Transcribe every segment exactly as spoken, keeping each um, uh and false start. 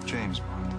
James Bond.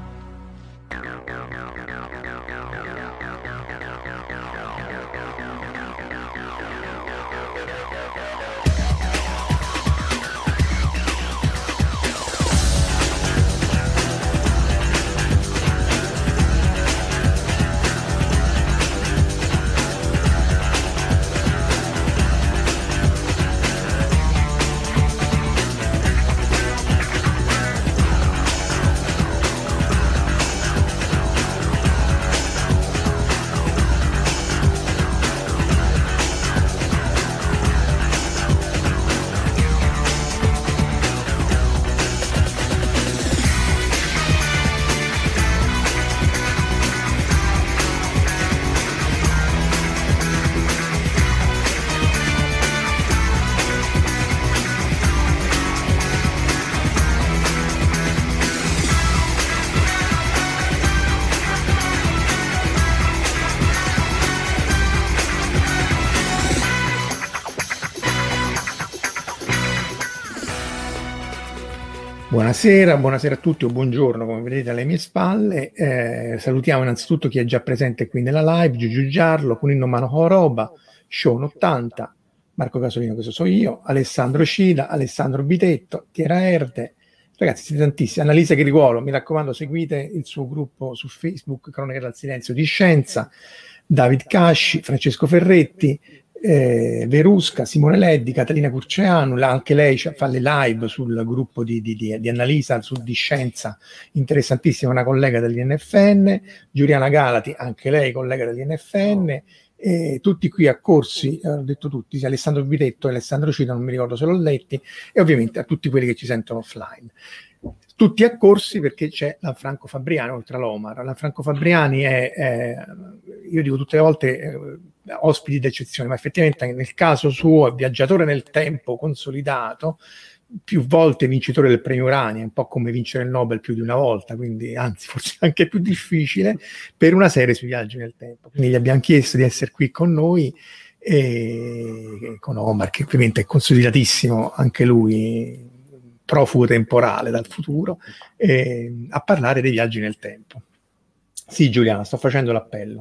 Buonasera, buonasera a tutti o buongiorno, come vedete alle mie spalle. Eh, salutiamo innanzitutto chi è già presente qui nella live: Giugiu Giarlo, Cunino Mano Coroba, Sean ottanta, Marco Casolino, questo so io, Alessandro Cida, Alessandro Bitetto, Tiera Erde. Ragazzi, siete tantissimi. Annalisa Chiricuolo, mi raccomando, seguite il suo gruppo su Facebook, Cronache dal Silenzio di Scienza, David Casci, Francesco Ferretti, Eh, Verusca, Simone Leddi, Catalina Curceanu, anche lei fa le live sul gruppo di, di, di, di Annalisa su di Scienza, interessantissima, una collega dell'I N F N, Giuliana Galati, anche lei collega dell'I N F N, e tutti qui accorsi, eh, ho detto tutti, sia Alessandro Bitetto e Alessandro Cita, non mi ricordo se l'ho letti, e ovviamente a tutti quelli che ci sentono offline. Tutti accorsi perché c'è Lanfranco Fabriani oltre all'Omar. Lanfranco Fabriani è, è, io dico tutte le volte, eh, ospiti d'eccezione, ma effettivamente nel caso suo è viaggiatore nel tempo consolidato, più volte vincitore del premio Urania, un po' come vincere il Nobel più di una volta, quindi anzi forse anche più difficile, per una serie sui viaggi nel tempo. Quindi gli abbiamo chiesto di essere qui con noi, e con Omar, che ovviamente è consolidatissimo anche lui, profugo temporale dal futuro, eh, a parlare dei viaggi nel tempo. Sì, Giuliana, sto facendo l'appello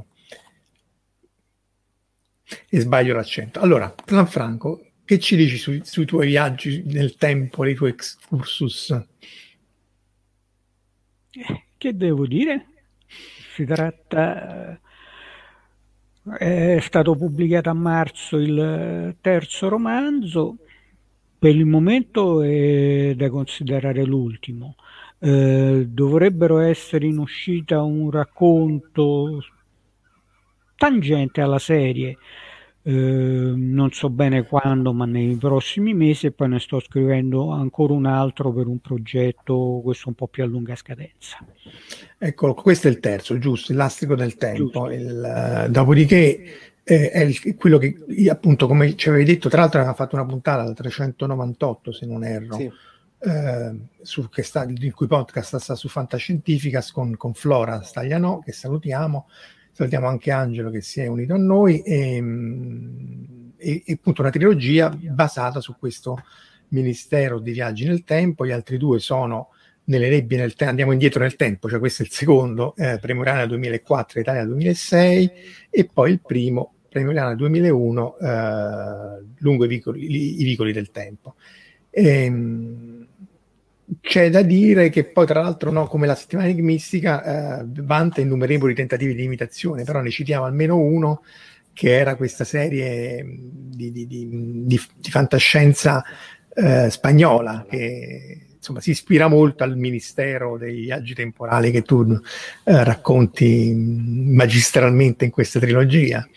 e sbaglio l'accento. Allora, Lanfranco, che ci dici sui, sui tuoi viaggi nel tempo, dei tuoi excursus? Eh, che devo dire? Si tratta... È stato pubblicato a marzo il terzo romanzo. Per il momento è da considerare l'ultimo. Eh, dovrebbero essere in uscita un racconto tangente alla serie, eh, non so bene quando, ma nei prossimi mesi, e poi ne sto scrivendo ancora un altro per un progetto, questo un po' più a lunga scadenza. Ecco, questo è il terzo, giusto, il lastrico del tempo. Il, uh, dopodiché eh, è il, quello che appunto, come ci avevi detto, tra l'altro aveva fatto una puntata al trecentonovantotto, se non erro, sì. eh, su, che sta, il cui podcast sta su Fantascientificas con, con Flora Stagliano, che salutiamo. Salutiamo anche Angelo che si è unito a noi, e, e, e appunto una trilogia basata su questo Ministero di Viaggi nel Tempo. Gli altri due sono Nelle nebbie nel tempo, andiamo indietro nel tempo, cioè questo è il secondo, eh, Premio Urania duemilaquattro, Italia duemilasei, e poi il primo, Premio Urania duemilauno, eh, lungo i vicoli, i, i vicoli del tempo. E, c'è da dire che poi, tra l'altro, no, come la settimana enigmistica, eh, vanta innumerevoli tentativi di imitazione, però ne citiamo almeno uno, che era questa serie di, di, di, di, di fantascienza eh, spagnola, che insomma si ispira molto al Ministero dei Viaggi Temporali che tu eh, racconti magistralmente in questa trilogia.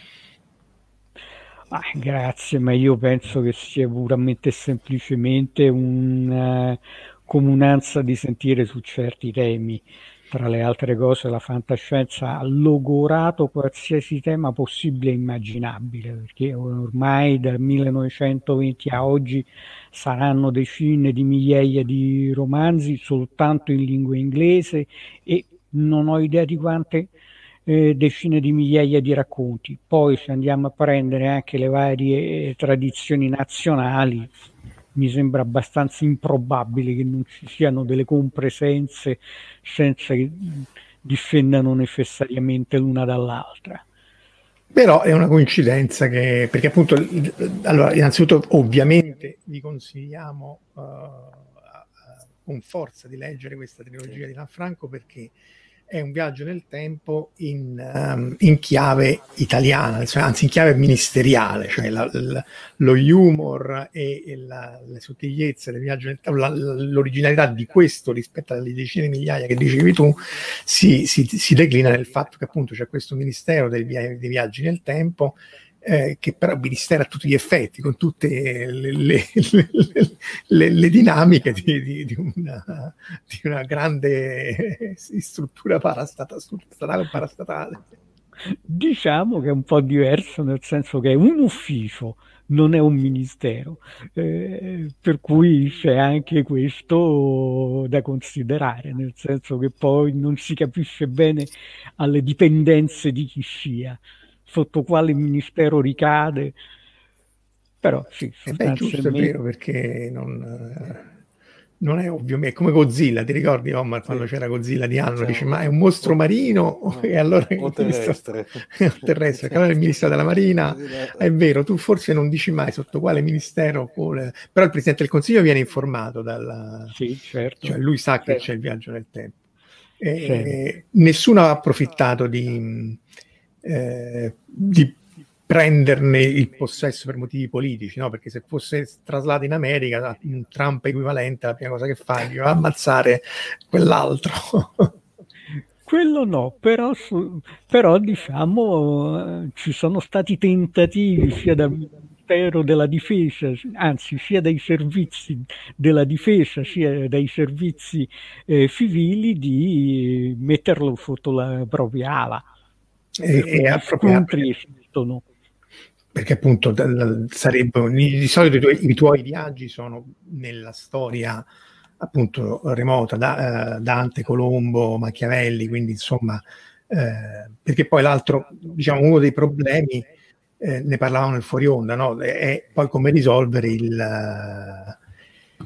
Ah, grazie, ma io penso che sia puramente e semplicemente un... Uh, comunanza di sentire su certi temi. Tra le altre cose, la fantascienza ha logorato qualsiasi tema possibile e immaginabile, perché ormai dal millenovecentoventi a oggi saranno decine di migliaia di romanzi soltanto in lingua inglese, e non ho idea di quante eh, decine di migliaia di racconti. Poi, se andiamo a prendere anche le varie tradizioni nazionali, mi sembra abbastanza improbabile che non ci siano delle compresenze senza che difendano necessariamente l'una dall'altra. Però è una coincidenza che, perché appunto, allora, innanzitutto ovviamente vi consigliamo uh, con forza di leggere questa trilogia di Lanfranco, perché è un viaggio nel tempo in, um, in chiave italiana, cioè, anzi in chiave ministeriale, cioè la, la, lo humor e, e la, le sottigliezze del viaggio nel tempo, la, l'originalità di questo rispetto alle decine di migliaia che dicevi tu, si, si, si declina nel fatto che appunto c'è questo ministero dei, via, dei viaggi nel tempo, Eh, che però ministero a tutti gli effetti, con tutte le, le, le, le, le dinamiche di, di, di, una, di una grande struttura parastatale, statale o parastatale. Diciamo che è un po' diverso, nel senso che è un ufficio, non è un ministero, eh, per cui c'è anche questo da considerare, nel senso che poi non si capisce bene alle dipendenze di chi sia, sotto quale ministero ricade, però sì, eh beh, giusto, è vero, perché non, non è ovvio, è come Godzilla, ti ricordi Omar, quando sì. c'era Godzilla di anno, dice ma è un mostro marino no, e allora o terrestre, ministro, terrestre che allora il ministro della Marina, è vero, tu forse non dici mai sotto quale ministero, quale... però il Presidente del Consiglio viene informato dalla... sì, certo. Cioè lui sa che certo. c'è il viaggio nel tempo. E certo. Nessuno ha approfittato di, eh, di prenderne il possesso per motivi politici, no? Perché se fosse traslato in America, un Trump equivalente, la prima cosa che fa è ammazzare quell'altro. Quello no, però, però diciamo ci sono stati tentativi sia dal Ministero della Difesa, anzi sia dai servizi della difesa sia dai servizi eh, civili di metterlo sotto la propria ala. E, e scontri esistono. Perché appunto sarebbero di solito i tuoi, i tuoi viaggi sono nella storia appunto remota da uh, Dante, Colombo, Machiavelli, quindi insomma eh, perché poi l'altro, diciamo, uno dei problemi eh, ne parlavamo nel fuori onda, no? È, è poi come risolvere il uh,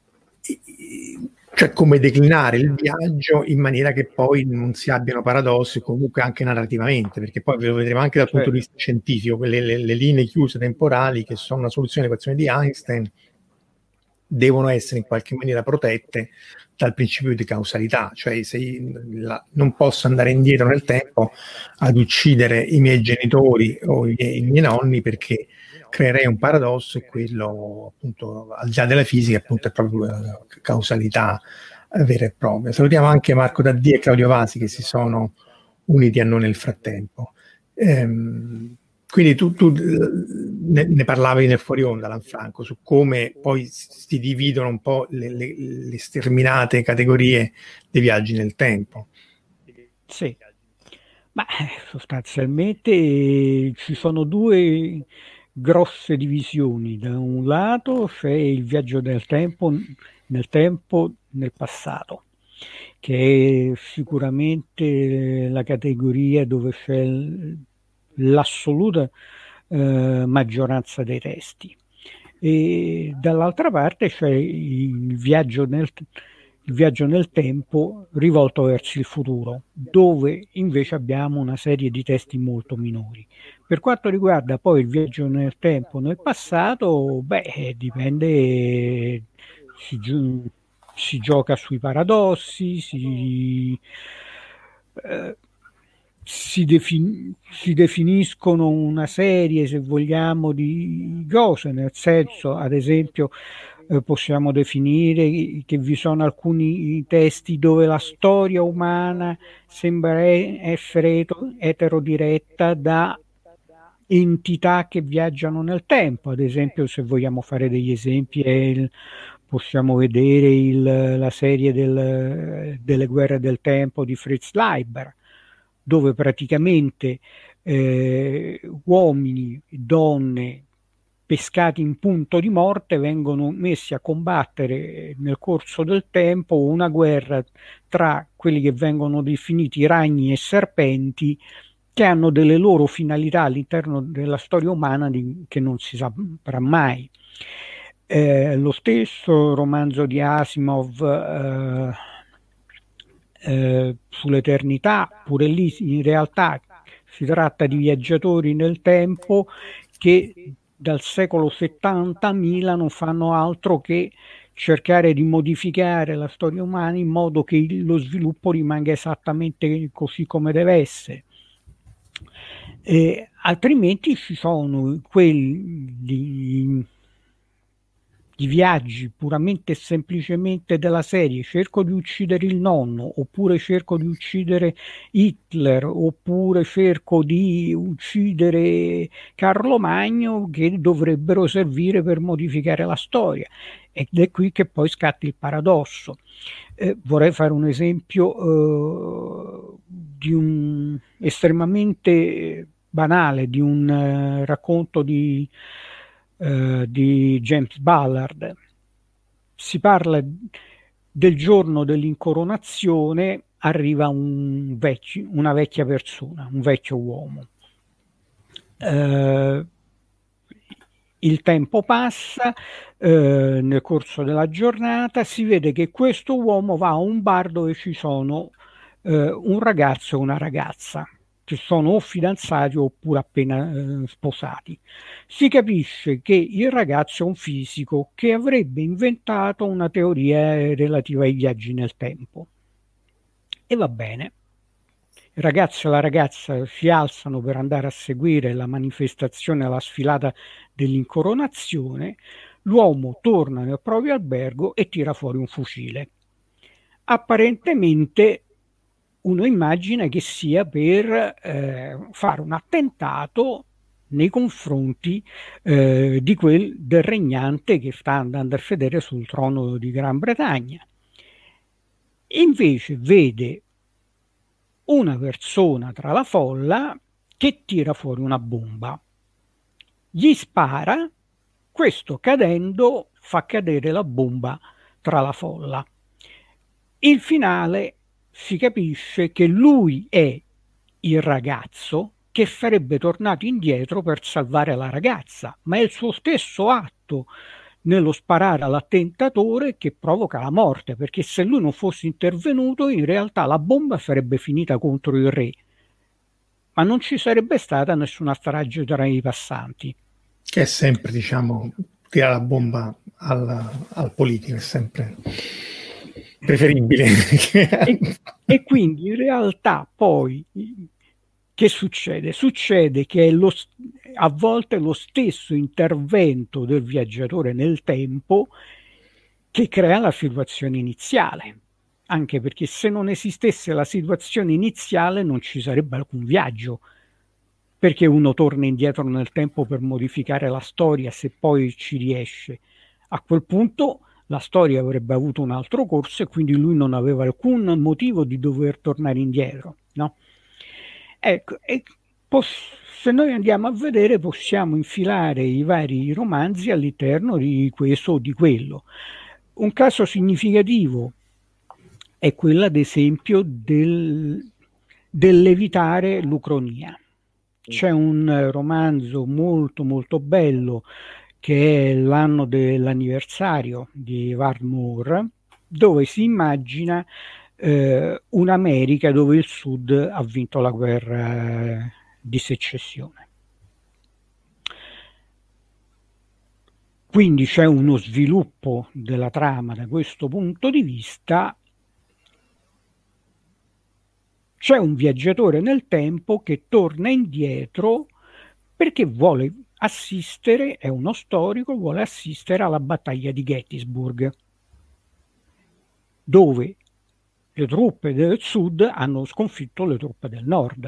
i, cioè come declinare il viaggio in maniera che poi non si abbiano paradossi, comunque anche narrativamente, perché poi ve lo vedremo anche dal punto di vista scientifico, quelle le, le linee chiuse temporali che sono una soluzione all'equazione di Einstein devono essere in qualche maniera protette dal principio di causalità, cioè se la, non posso andare indietro nel tempo ad uccidere i miei genitori o i, i miei nonni perché creerei un paradosso, e quello appunto al di là della fisica appunto è proprio la causalità vera e propria. Salutiamo anche Marco Daddì e Claudio Vasi che si sono uniti a noi nel frattempo. Ehm, quindi tu, tu ne, ne parlavi nel fuori onda, Lanfranco, su come poi si dividono un po' le, le, le sterminate categorie dei viaggi nel tempo. Sì, ma sostanzialmente ci sono due grosse divisioni. Da un lato c'è il viaggio del tempo nel tempo nel passato, che è sicuramente la categoria dove c'è l'assoluta eh, maggioranza dei testi, e dall'altra parte c'è il viaggio nel il viaggio nel tempo rivolto verso il futuro, dove invece abbiamo una serie di testi molto minori. Per quanto riguarda poi il viaggio nel tempo nel passato, beh, dipende, si, gi- si gioca sui paradossi, si, eh, si, defin- si definiscono una serie, se vogliamo, di cose, nel senso, ad esempio, Eh, possiamo definire che vi sono alcuni testi dove la storia umana sembra essere eterodiretta da entità che viaggiano nel tempo. Ad esempio, se vogliamo fare degli esempi, il, possiamo vedere il, la serie del, delle guerre del tempo di Fritz Leiber, dove praticamente eh, uomini, donne pescati in punto di morte vengono messi a combattere nel corso del tempo una guerra tra quelli che vengono definiti ragni e serpenti, che hanno delle loro finalità all'interno della storia umana di, che non si saprà mai. Eh, lo stesso romanzo di Asimov eh, eh, sull'eternità, pure lì in realtà si tratta di viaggiatori nel tempo che dal secolo settantamila non fanno altro che cercare di modificare la storia umana in modo che lo sviluppo rimanga esattamente così come deve essere. Eh, altrimenti ci sono quelli di, di viaggi puramente e semplicemente della serie: cerco di uccidere il nonno, oppure cerco di uccidere Hitler, oppure cerco di uccidere Carlo Magno, che dovrebbero servire per modificare la storia. Ed è qui che poi scatta il paradosso. Eh, vorrei fare un esempio eh, di un estremamente banale, di un eh, racconto di, eh, di James Ballard. Si parla del giorno dell'incoronazione, arriva un vecchio, una vecchia persona, un vecchio uomo. Eh, il tempo passa, eh, nel corso della giornata si vede che questo uomo va a un bar dove ci sono eh, un ragazzo e una ragazza, che sono o fidanzati oppure appena eh, sposati. Si capisce che il ragazzo è un fisico che avrebbe inventato una teoria relativa ai viaggi nel tempo. E va bene. Il ragazzo e la ragazza si alzano per andare a seguire la manifestazione alla sfilata dell'incoronazione. L'uomo torna nel proprio albergo e tira fuori un fucile. Apparentemente uno immagina che sia per eh, fare un attentato nei confronti eh, di quel del regnante che sta andando a sedere sul trono di Gran Bretagna. Invece vede una persona tra la folla che tira fuori una bomba. Gli spara, questo cadendo fa cadere la bomba tra la folla. Il finale si capisce che lui è il ragazzo che sarebbe tornato indietro per salvare la ragazza, ma è il suo stesso atto nello sparare all'attentatore che provoca la morte, perché se lui non fosse intervenuto in realtà la bomba sarebbe finita contro il re, ma non ci sarebbe stata nessuna strage tra i passanti. Che è sempre, diciamo, tirare la bomba al, al politico, è sempre preferibile. e, e quindi in realtà poi che succede? Succede che lo, a volte è lo stesso intervento del viaggiatore nel tempo che crea la situazione iniziale, anche perché se non esistesse la situazione iniziale non ci sarebbe alcun viaggio, perché uno torna indietro nel tempo per modificare la storia se poi ci riesce. A quel punto la storia avrebbe avuto un altro corso e quindi lui non aveva alcun motivo di dover tornare indietro, no? Ecco, e se noi andiamo a vedere possiamo infilare i vari romanzi all'interno di questo o di quello. Un caso significativo è quello, ad esempio, del, dell'evitare l'ucronia. C'è un romanzo molto molto bello che è l'anno dell'anniversario di Evan Moore, dove si immagina eh, un'America dove il Sud ha vinto la guerra eh, di secessione. Quindi c'è uno sviluppo della trama da questo punto di vista. C'è un viaggiatore nel tempo che torna indietro perché vuole assistere, è uno storico, vuole assistere alla battaglia di Gettysburg, dove le truppe del sud hanno sconfitto le truppe del nord.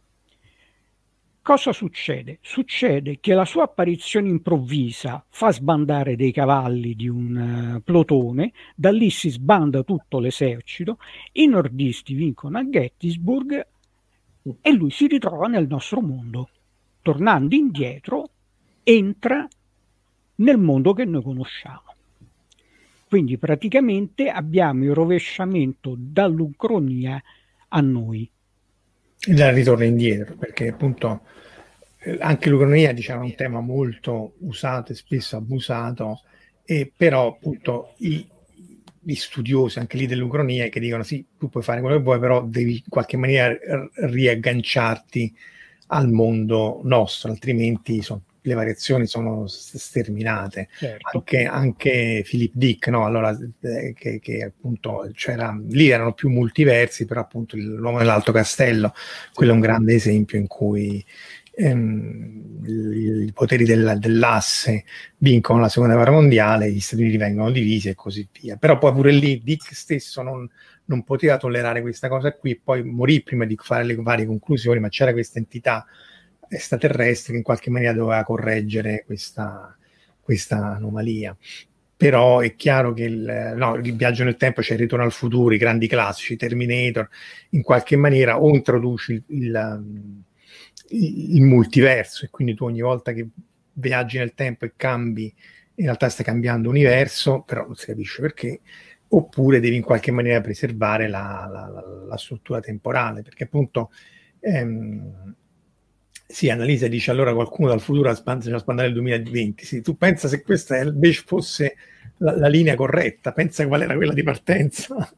Cosa succede? Succede che la sua apparizione improvvisa fa sbandare dei cavalli di un uh, plotone, da lì si sbanda tutto l'esercito, i nordisti vincono a Gettysburg e lui si ritrova nel nostro mondo. Tornando indietro, entra nel mondo che noi conosciamo. Quindi praticamente abbiamo il rovesciamento dall'ucronia a noi. Dal ritorno indietro, perché appunto anche l'ucronia, diciamo, è un tema molto usato e spesso abusato, e però appunto i, gli studiosi anche lì dell'ucronia che dicono sì, tu puoi fare quello che vuoi, però devi in qualche maniera riagganciarti al mondo nostro, altrimenti sono, le variazioni sono sterminate. Certo. Anche, anche Philip Dick, no? Allora, eh, che, che appunto c'era, lì erano più multiversi, però appunto l'uomo nell'Alto Castello, quello è un grande esempio in cui ehm, i, i poteri della, dell'asse vincono la seconda guerra mondiale, gli Stati Uniti vengono divisi e così via. Però poi pure lì Dick stesso non, non poteva tollerare questa cosa qui, poi morì prima di fare le varie conclusioni, ma c'era questa entità extraterrestre che in qualche maniera doveva correggere questa, questa anomalia. Però è chiaro che il, no, il viaggio nel tempo, c'è il Ritorno al futuro, i grandi classici, Terminator, in qualche maniera o introduci il, il, il multiverso e quindi tu ogni volta che viaggi nel tempo e cambi, in realtà stai cambiando universo, però non si capisce perché, oppure devi in qualche maniera preservare la, la, la, la struttura temporale, perché appunto ehm, sì, Annalisa dice allora qualcuno dal futuro ha spandare il duemilaventi. Sì, tu pensa se questa invece fosse la, la linea corretta, pensa qual era quella di partenza.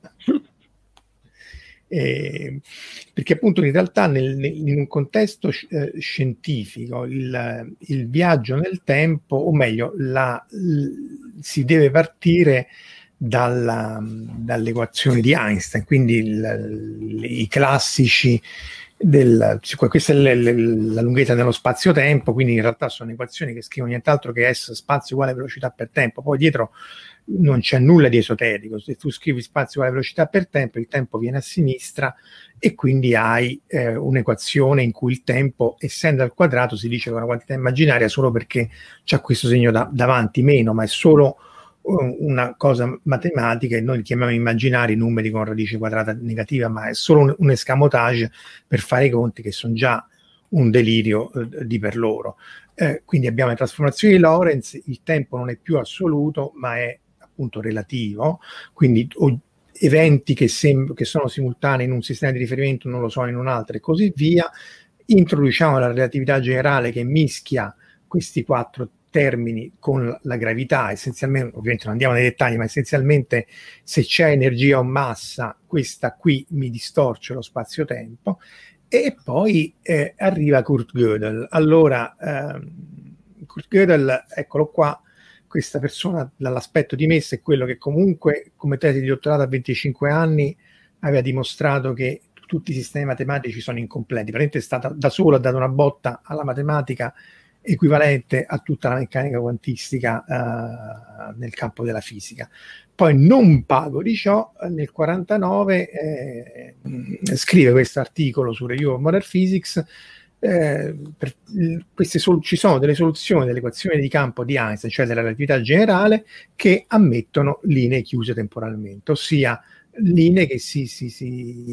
eh, perché appunto in realtà nel, nel, in un contesto eh, scientifico il, il viaggio nel tempo, o meglio, la, l, si deve partire dalla, dall'equazione di Einstein, quindi il, i classici del, questa è l, l, la lunghezza dello spazio-tempo, quindi in realtà sono equazioni che scrivono nient'altro che S spazio uguale velocità per tempo, poi dietro non c'è nulla di esoterico, se tu scrivi spazio uguale velocità per tempo, il tempo viene a sinistra e quindi hai eh, un'equazione in cui il tempo, essendo al quadrato, si dice che è una quantità immaginaria solo perché c'è questo segno da, davanti meno, ma è solo una cosa matematica e noi chiamiamo immaginari numeri con radice quadrata negativa, ma è solo un, un escamotage per fare i conti che sono già un delirio eh, di per loro. Eh, quindi abbiamo le trasformazioni di Lorentz, il tempo non è più assoluto ma è appunto relativo, quindi o, eventi che, sem- che sono simultanei in un sistema di riferimento non lo sono in un altro e così via. Introduciamo la relatività generale che mischia questi quattro termini con la gravità, essenzialmente, ovviamente non andiamo nei dettagli, ma essenzialmente se c'è energia o massa, questa qui mi distorce lo spazio-tempo, e poi eh, arriva Kurt Gödel. Allora, ehm, Kurt Gödel, eccolo qua, questa persona dall'aspetto di Messa è quello che comunque come tesi di dottorato a venticinque anni aveva dimostrato che tutti i sistemi matematici sono incompleti, praticamente è stata da solo, ha dato una botta alla matematica equivalente a tutta la meccanica quantistica uh, nel campo della fisica. Poi non pago di ciò, nel quarantanove eh, scrive questo articolo su Review of Modern Physics. Eh, per, queste sol- ci sono delle soluzioni dell'equazione di campo di Einstein, cioè della relatività generale, che ammettono linee chiuse temporalmente, ossia linee che si, si, si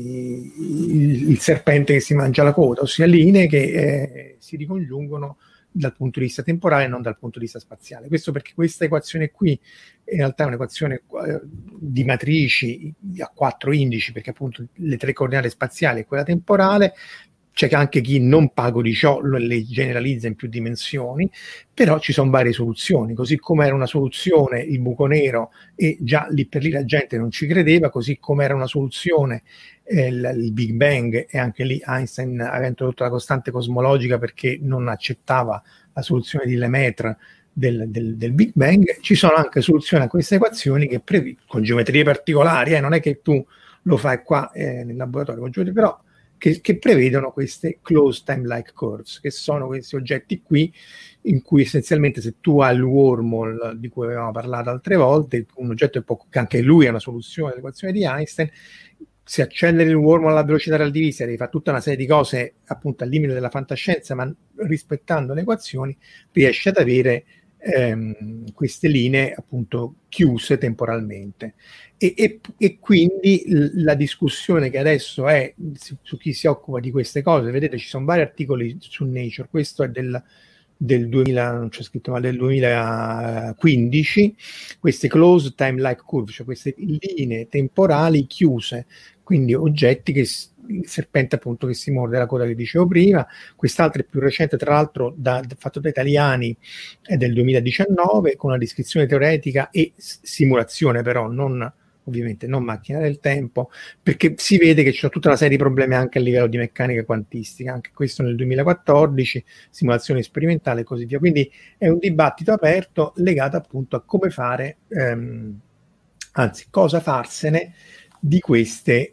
il, il serpente che si mangia la coda, ossia linee che eh, si ricongiungono dal punto di vista temporale e non dal punto di vista spaziale. Questo perché questa equazione qui in realtà è un'equazione eh, di matrici a quattro indici, perché appunto le tre coordinate spaziali e quella temporale. C'è anche chi non pago di ciò le generalizza in più dimensioni, però ci sono varie soluzioni, così come era una soluzione il buco nero e già lì per lì la gente non ci credeva, così come era una soluzione eh, il, il Big Bang, e anche lì Einstein aveva introdotto la costante cosmologica perché non accettava la soluzione di Lemaitre del, del, del Big Bang. Ci sono anche soluzioni a queste equazioni che previ, con geometrie particolari, eh, non è che tu lo fai qua eh, nel laboratorio con geometrie, però Che, che prevedono queste closed time-like curves, che sono questi oggetti qui, in cui essenzialmente se tu hai il wormhole di cui avevamo parlato altre volte, un oggetto che anche lui è una soluzione dell'equazione di Einstein, se acceleri il wormhole alla velocità relativista devi fare tutta una serie di cose appunto al limite della fantascienza, ma rispettando le equazioni riesci ad avere ehm, queste linee appunto chiuse temporalmente. E, e, e quindi la discussione che adesso è su, su chi si occupa di queste cose, vedete ci sono vari articoli su Nature, questo è del, del duemila, non c'è scritto ma del duemilaquindici, queste closed time-like curve, cioè queste linee temporali chiuse, quindi oggetti che il serpente appunto che si morde la coda che dicevo prima. Quest'altro è più recente, tra l'altro da, fatto da italiani, è del duemiladiciannove, con una descrizione teoretica e simulazione, però non ovviamente non macchina del tempo, perché si vede che c'è tutta una serie di problemi anche a livello di meccanica quantistica, anche questo nel duemilaquattordici, simulazione sperimentale e così via. Quindi è un dibattito aperto legato appunto a come fare, ehm, anzi cosa farsene di queste,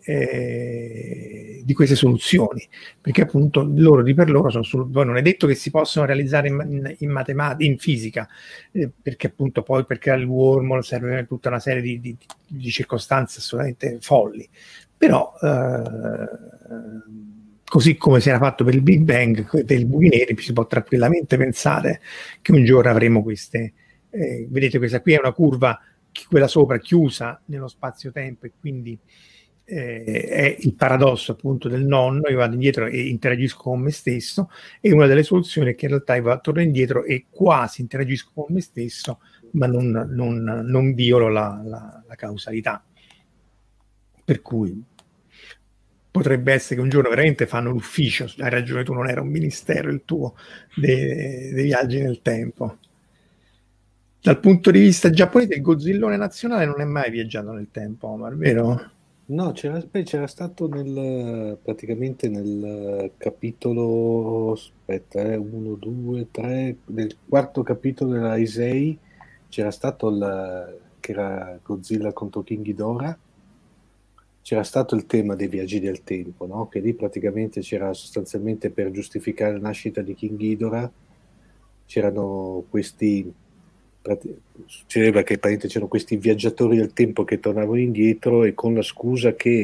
eh, di queste soluzioni, perché appunto loro di per loro sono sul, poi non è detto che si possono realizzare in, in, in matematica, in fisica, eh, perché appunto poi per creare il wormhole serve tutta una serie di, di, di circostanze assolutamente folli, però eh, così come si era fatto per il Big Bang, per i buchi neri, si può tranquillamente pensare che un giorno avremo queste, eh, vedete questa qui è una curva, quella sopra chiusa nello spazio-tempo, e quindi eh, è il paradosso appunto del nonno, io vado indietro e interagisco con me stesso, e una delle soluzioni è che in realtà io torno indietro e quasi interagisco con me stesso, ma non, non, non violo la, la, la causalità. Per cui potrebbe essere che un giorno veramente fanno l'ufficio, hai ragione tu, non era un ministero il tuo, dei, dei viaggi nel tempo. Dal punto di vista giapponese, il Godzillone nazionale non è mai viaggiato nel tempo, Omar, vero? No, c'era, beh, c'era stato nel, praticamente nel capitolo, aspetta, eh, uno, due, tre, nel quarto capitolo della Heisei c'era stato il, che era Godzilla contro King Ghidorah, c'era stato il tema dei viaggi del tempo, no? Che lì praticamente c'era sostanzialmente, per giustificare la nascita di King Ghidorah, c'erano questi... succedeva che c'erano questi viaggiatori del tempo che tornavano indietro, e con la scusa che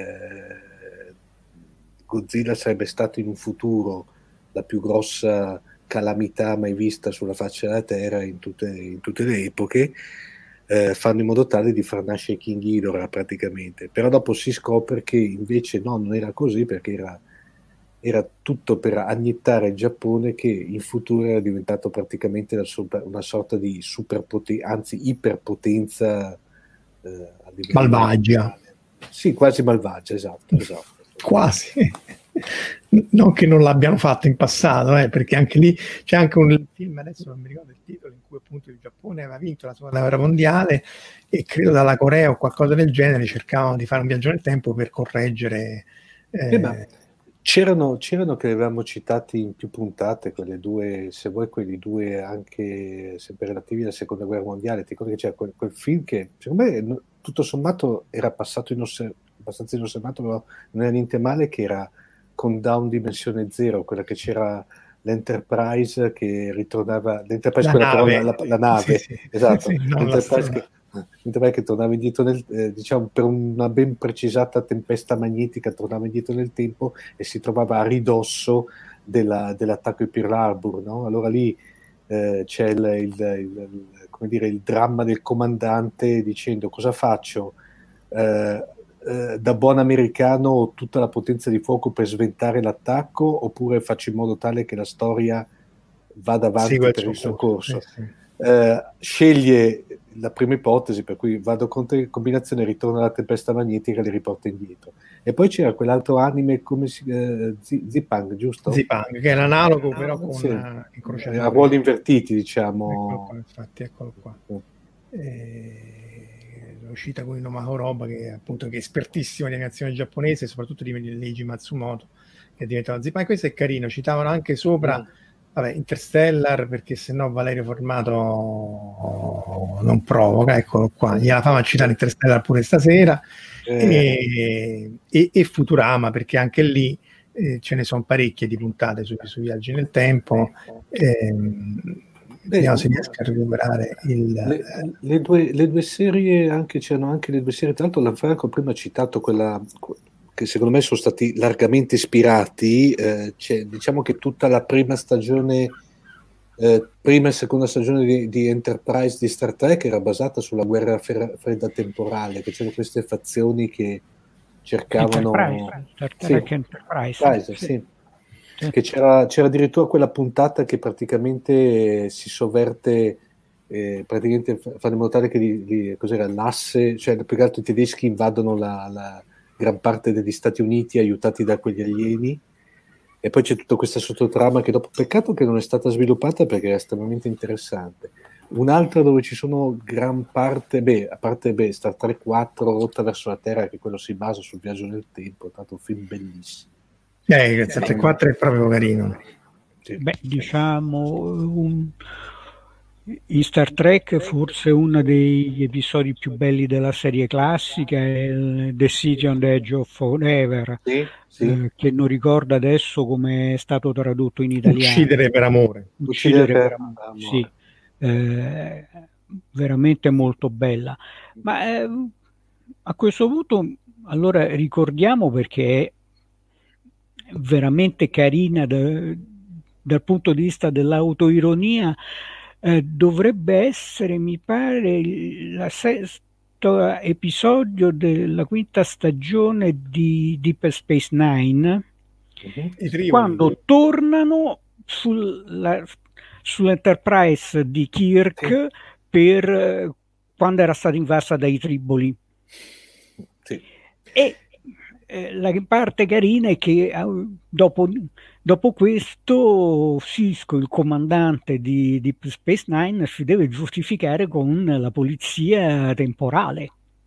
eh, Godzilla sarebbe stato in un futuro la più grossa calamità mai vista sulla faccia della Terra in tutte, in tutte le epoche, eh, fanno in modo tale di far nascere King Ghidorah praticamente. Però dopo si scopre che invece no, non era così, perché era era tutto per anniettare il Giappone, che in futuro era diventato praticamente una, super, una sorta di superpotenza, anzi iperpotenza eh, a livello malvagia. Di... Sì, quasi malvagia, esatto, esatto. Quasi. Non che non l'abbiano fatto in passato, eh, perché anche lì c'è anche un film, adesso non mi ricordo il titolo, in cui appunto il Giappone aveva vinto la seconda guerra mondiale, e credo dalla Corea o qualcosa del genere cercavano di fare un viaggio nel tempo per correggere... Eh, eh, C'erano, c'erano che avevamo citati in più puntate, quelle due, se vuoi, quelli due anche sempre relativi alla seconda guerra mondiale. Ti ricordi che c'era quel, quel film che secondo me tutto sommato era passato inosser- abbastanza inosservato, però non era niente male, che era Countdown Dimensione Zero, quella che c'era l'Enterprise che ritornava, l'Enterprise la quella nave, però, la, la nave, sì, sì. esatto, sì, l'Enterprise che che tornava indietro nel, eh, diciamo per una ben precisata tempesta magnetica, tornava indietro nel tempo e si trovava a ridosso della, dell'attacco di Pearl Harbor, no? Allora lì eh, c'è il, il, il, come dire, il dramma del comandante dicendo: cosa faccio? Eh, eh, da buon americano ho tutta la potenza di fuoco per sventare l'attacco, oppure faccio in modo tale che la storia vada avanti Segue per il suo corso? Sì, sì. Eh, sceglie la prima ipotesi, per cui vado contro in combinazione, ritorna alla tempesta magnetica e li riporta indietro. E poi c'era quell'altro anime, come si eh, Zipang, giusto? Zipang, che è l'analogo, però con sì. uh, incrociatori a ruoli invertiti, diciamo. Eccolo qua, infatti, eccolo qua. Eh, è uscita con Inomaho Roba, che appunto che è espertissimo di animazione giapponese, soprattutto di Leiji Matsumoto, che è diventato Zipang. Questo è carino, citavano anche sopra mm. Vabbè, Interstellar, perché sennò Valerio Formato non provoca, eccolo qua, gliela famo a citare Interstellar pure stasera, eh. e, e, e Futurama, perché anche lì eh, ce ne sono parecchie di puntate sui, sui viaggi nel tempo. Eh, vediamo se riesco a recuperare il... Le, le, due, le due serie, anche c'erano anche le due serie, tra l'altro Lanfranco prima ha citato quella... che secondo me sono stati largamente ispirati, eh, c'è, diciamo che tutta la prima stagione, eh, prima e seconda stagione di, di Enterprise di Star Trek era basata sulla guerra fredda temporale, che c'erano queste fazioni che cercavano... Enterprise, Star Trek sì, Enterprise, Enterprise, sì. Sì. Sì. Che c'era, c'era addirittura quella puntata che praticamente si sovverte, eh, praticamente fanno in modo tale che li, li, cos'era, l'asse, cioè più che altro i tedeschi invadono la... la gran parte degli Stati Uniti aiutati da quegli alieni, e poi c'è tutta questa sottotrama che dopo, peccato che non è stata sviluppata perché è estremamente interessante. Un'altra dove ci sono gran parte, beh, a parte beh, Star Trek quattro, Rotta verso la Terra, che quello si basa sul viaggio nel tempo, è stato un film bellissimo. Eh, Star Trek quattro è proprio carino. Sì. Beh, diciamo, un... in Star Trek forse uno degli episodi più belli della serie classica è il The City on the Edge of Forever, sì, sì. Eh, che non ricordo adesso come è stato tradotto in italiano. Uccidere per amore. Uccidere, Uccidere per, per amore, amore. Sì. Eh, veramente molto bella. Ma eh, a questo punto allora ricordiamo, perché è veramente carina da, dal punto di vista dell'autoironia, eh, dovrebbe essere, mi pare, il sesto episodio della quinta stagione di Deep Space Nine, uh-huh. quando tornano sulla, sull'Enterprise di Kirk, sì. per eh, quando era stata invasa dai triboli. Sì. E eh, la parte carina è che eh, dopo, dopo questo Sisko, il comandante di Deep Space Nine, si deve giustificare con la polizia temporale.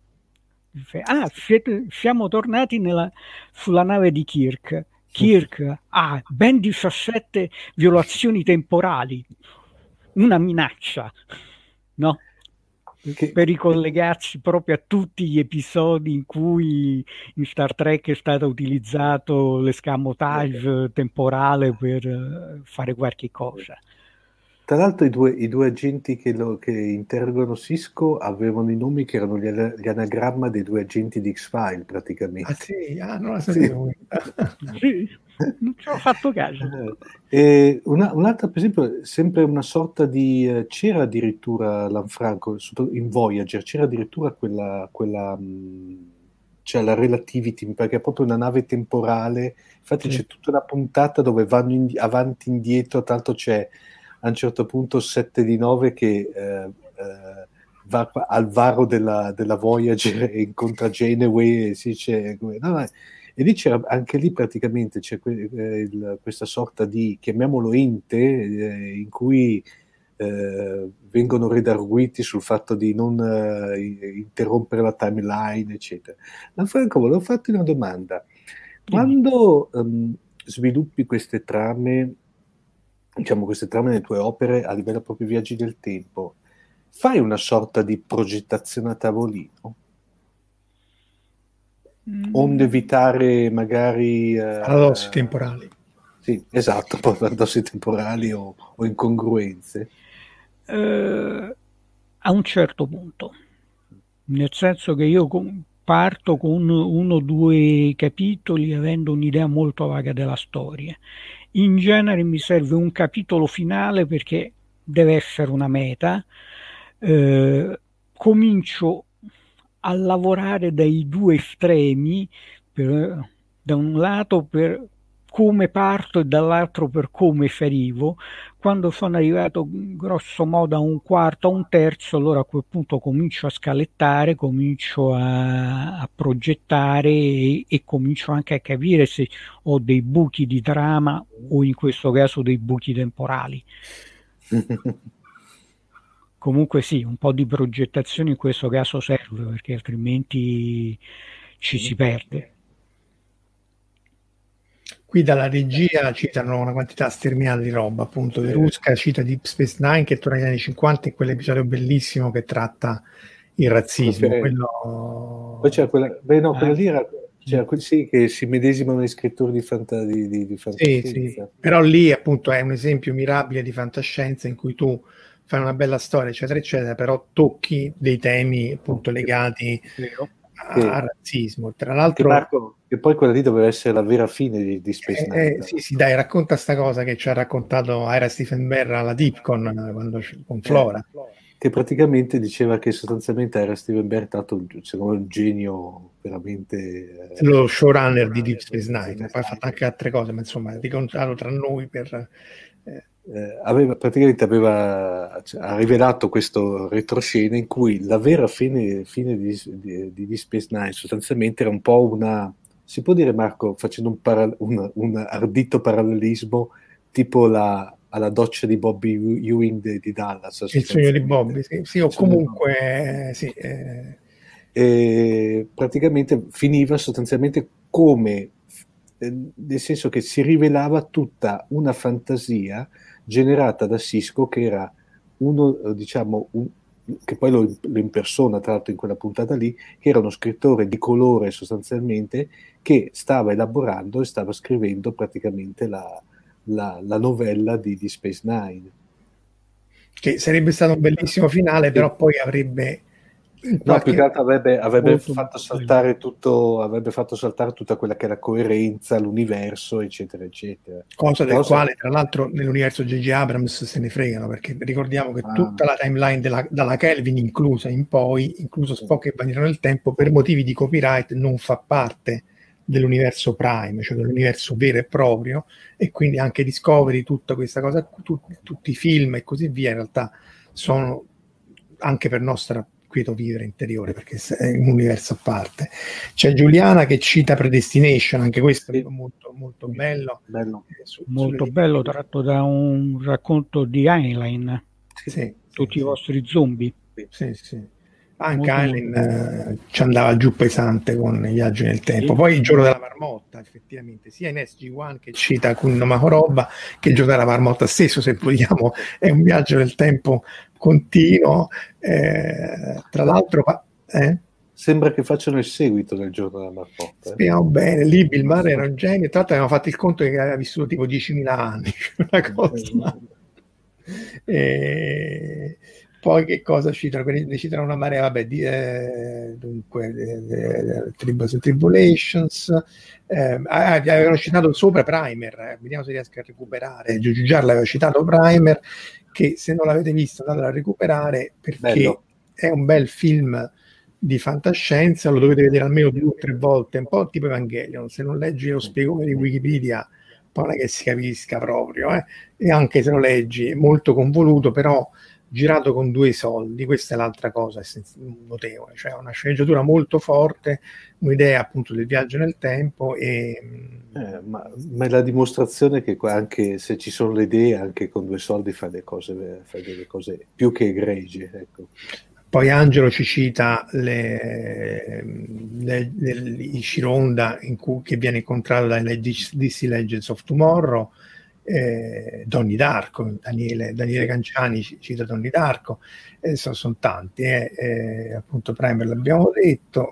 Ah, siete, siamo tornati nella, sulla nave di Kirk. Kirk ha ah, ben diciassette violazioni temporali, una minaccia, no? Che, per ricollegarsi proprio a tutti gli episodi in cui in Star Trek è stato utilizzato l'escamotage temporale per fare qualche cosa. Tra l'altro i due, i due agenti che, lo, che interrogano Sisko avevano i nomi che erano gli, gli anagramma dei due agenti di X-File praticamente. Ah sì? Ah, non la sapevo. Sì. Sì, non ci ho fatto caso. E una, un'altra, per esempio, sempre una sorta di... Eh, c'era addirittura Lanfranco, in Voyager, c'era addirittura quella... quella mh, cioè la Relativity, perché è proprio una nave temporale. Infatti sì. C'è tutta una puntata dove vanno in, avanti e indietro, tanto c'è a un certo punto sette di nove che eh, eh, va al varo della, della Voyager e incontra Janeway e si dice no, no, e lì c'era anche lì praticamente c'è que, eh, il, questa sorta di, chiamiamolo ente, eh, in cui eh, vengono redarguiti sul fatto di non eh, interrompere la timeline, eccetera. Ma Franco, volevo farti una domanda. Quando um, sviluppi queste trame, diciamo queste trame nelle tue opere a livello proprio viaggi del tempo, fai una sorta di progettazione a tavolino? Mm. Onde evitare magari... Paradossi uh, temporali. Sì, esatto, paradossi temporali o, o incongruenze. Uh, a un certo punto. Nel senso che io parto con uno o due capitoli avendo un'idea molto vaga della storia. In genere mi serve un capitolo finale perché deve essere una meta. Eh, comincio a lavorare dai due estremi, per, da un lato per come parto e dall'altro per come ferivo. Quando sono arrivato grosso modo a un quarto, a un terzo, allora a quel punto comincio a scalettare, comincio a, a progettare e, e comincio anche a capire se ho dei buchi di trama o in questo caso dei buchi temporali. Comunque sì, un po' di progettazione in questo caso serve, perché altrimenti ci si perde. Qui dalla regia citano una quantità sterminata di roba, appunto De Rusca cita Deep Space Nine che torna negli anni cinquanta, in quell'episodio bellissimo che tratta il razzismo. Okay. Quello... Poi c'era quella, beh no, quella lì era, c'era quel, sì, che si medesimano gli scrittori di, fanta, di, di, di fantascienza. Sì, sì. Però lì appunto è un esempio mirabile di fantascienza in cui tu fai una bella storia, eccetera, eccetera, però tocchi dei temi appunto legati al che, razzismo. Tra l'altro... Che, Marco, che poi quella lì doveva essere la vera fine di, di Space Nine. Eh, sì, sì, dai, racconta sta cosa che ci ha raccontato Ira Stephen Bear alla Deepcon quando, con Flora. Eh, che praticamente diceva che sostanzialmente Ira Stephen Bear è stato secondo me un genio veramente... Eh, lo showrunner di Deep Space Nine, poi ha fatto anche altre cose, ma insomma, ricontato tra noi per... Eh, eh, aveva praticamente aveva, cioè, ha rivelato questo retroscena in cui la vera fine, fine di, di, di Deep Space Nine sostanzialmente era un po' una, si può dire, Marco, facendo un, para, un, un ardito parallelismo tipo la, alla doccia di Bobby Ewing di, di Dallas, il sogno di Bobby, sì, sì o comunque sì, eh. E praticamente finiva sostanzialmente come, nel senso che si rivelava tutta una fantasia generata da Sisko, che era uno, diciamo, un, che poi lo, lo impersona tra l'altro in quella puntata lì, che era uno scrittore di colore sostanzialmente, che stava elaborando e stava scrivendo praticamente la, la, la novella di, di Space Nine. Che sarebbe stato un bellissimo finale, però poi avrebbe... No, più che altro avrebbe, avrebbe fatto saltare tutto, avrebbe fatto saltare tutta quella che è la coerenza, l'universo, eccetera, eccetera. Cosa del Cosa... quale, tra l'altro, nell'universo J J Abrams se ne fregano, perché ricordiamo che ah. tutta la timeline della, dalla Kelvin inclusa in poi, incluso Spock e Bandiera nel Tempo, per motivi di copyright non fa parte dell'universo Prime, cioè dell'universo vero e proprio, e quindi anche Discovery, tutta questa cosa, tu, tutti i film e così via, in realtà sono anche per nostra quieto vivere interiore, perché è un universo a parte. C'è Giuliana che cita Predestination, anche questo è molto, molto bello. bello. Eh, su, molto bello, tratto da un racconto di Heinlein, sì, tutti sì, i vostri zombie. Sì, sì. Anche Heinlein eh, ci andava giù pesante con i viaggi nel tempo. Sì. Poi il giorno della marmotta, effettivamente, sia in S G uno che cita Kunno Mahoroba, che il giorno della marmotta stesso, se vogliamo, è un viaggio nel tempo continuo. Eh, tra l'altro, eh? sembra che facciano il seguito del giorno della marmotta. Speriamo eh. bene. Lì Bill Murray era un genio. Tra l'altro, avevamo fatto il conto che aveva vissuto tipo diecimila anni, una cosa. E poi che cosa citano? Ne citano una marea, vabbè, di, eh, dunque, eh, Tribbles Tribulations, eh, ah, avevano citato sopra Primer, eh, vediamo se riesco a recuperare. Giugiu Giarla aveva citato Primer, che se non l'avete visto andatelo a recuperare, perché Bello. È un bel film di fantascienza, lo dovete vedere almeno due o tre volte, un po' tipo Evangelion, se non leggi lo spiegone di Wikipedia poi non è che si capisca proprio, eh? E anche se lo leggi è molto convoluto, però girato con due soldi, questa è l'altra cosa notevole, cioè una sceneggiatura molto forte, un'idea appunto del viaggio nel tempo e... Eh, ma, ma è la dimostrazione che anche se ci sono le idee, anche con due soldi fai delle cose, fai delle cose più che egregie, ecco. Poi Angelo ci cita le, le, le, il Cironda in cui, che viene incontrato dalle D C Legends of Tomorrow, eh, Donnie Darko, Daniele, Daniele Canciani cita Donnie Darko, eh, sono, sono tanti, eh, eh, appunto Primer l'abbiamo detto,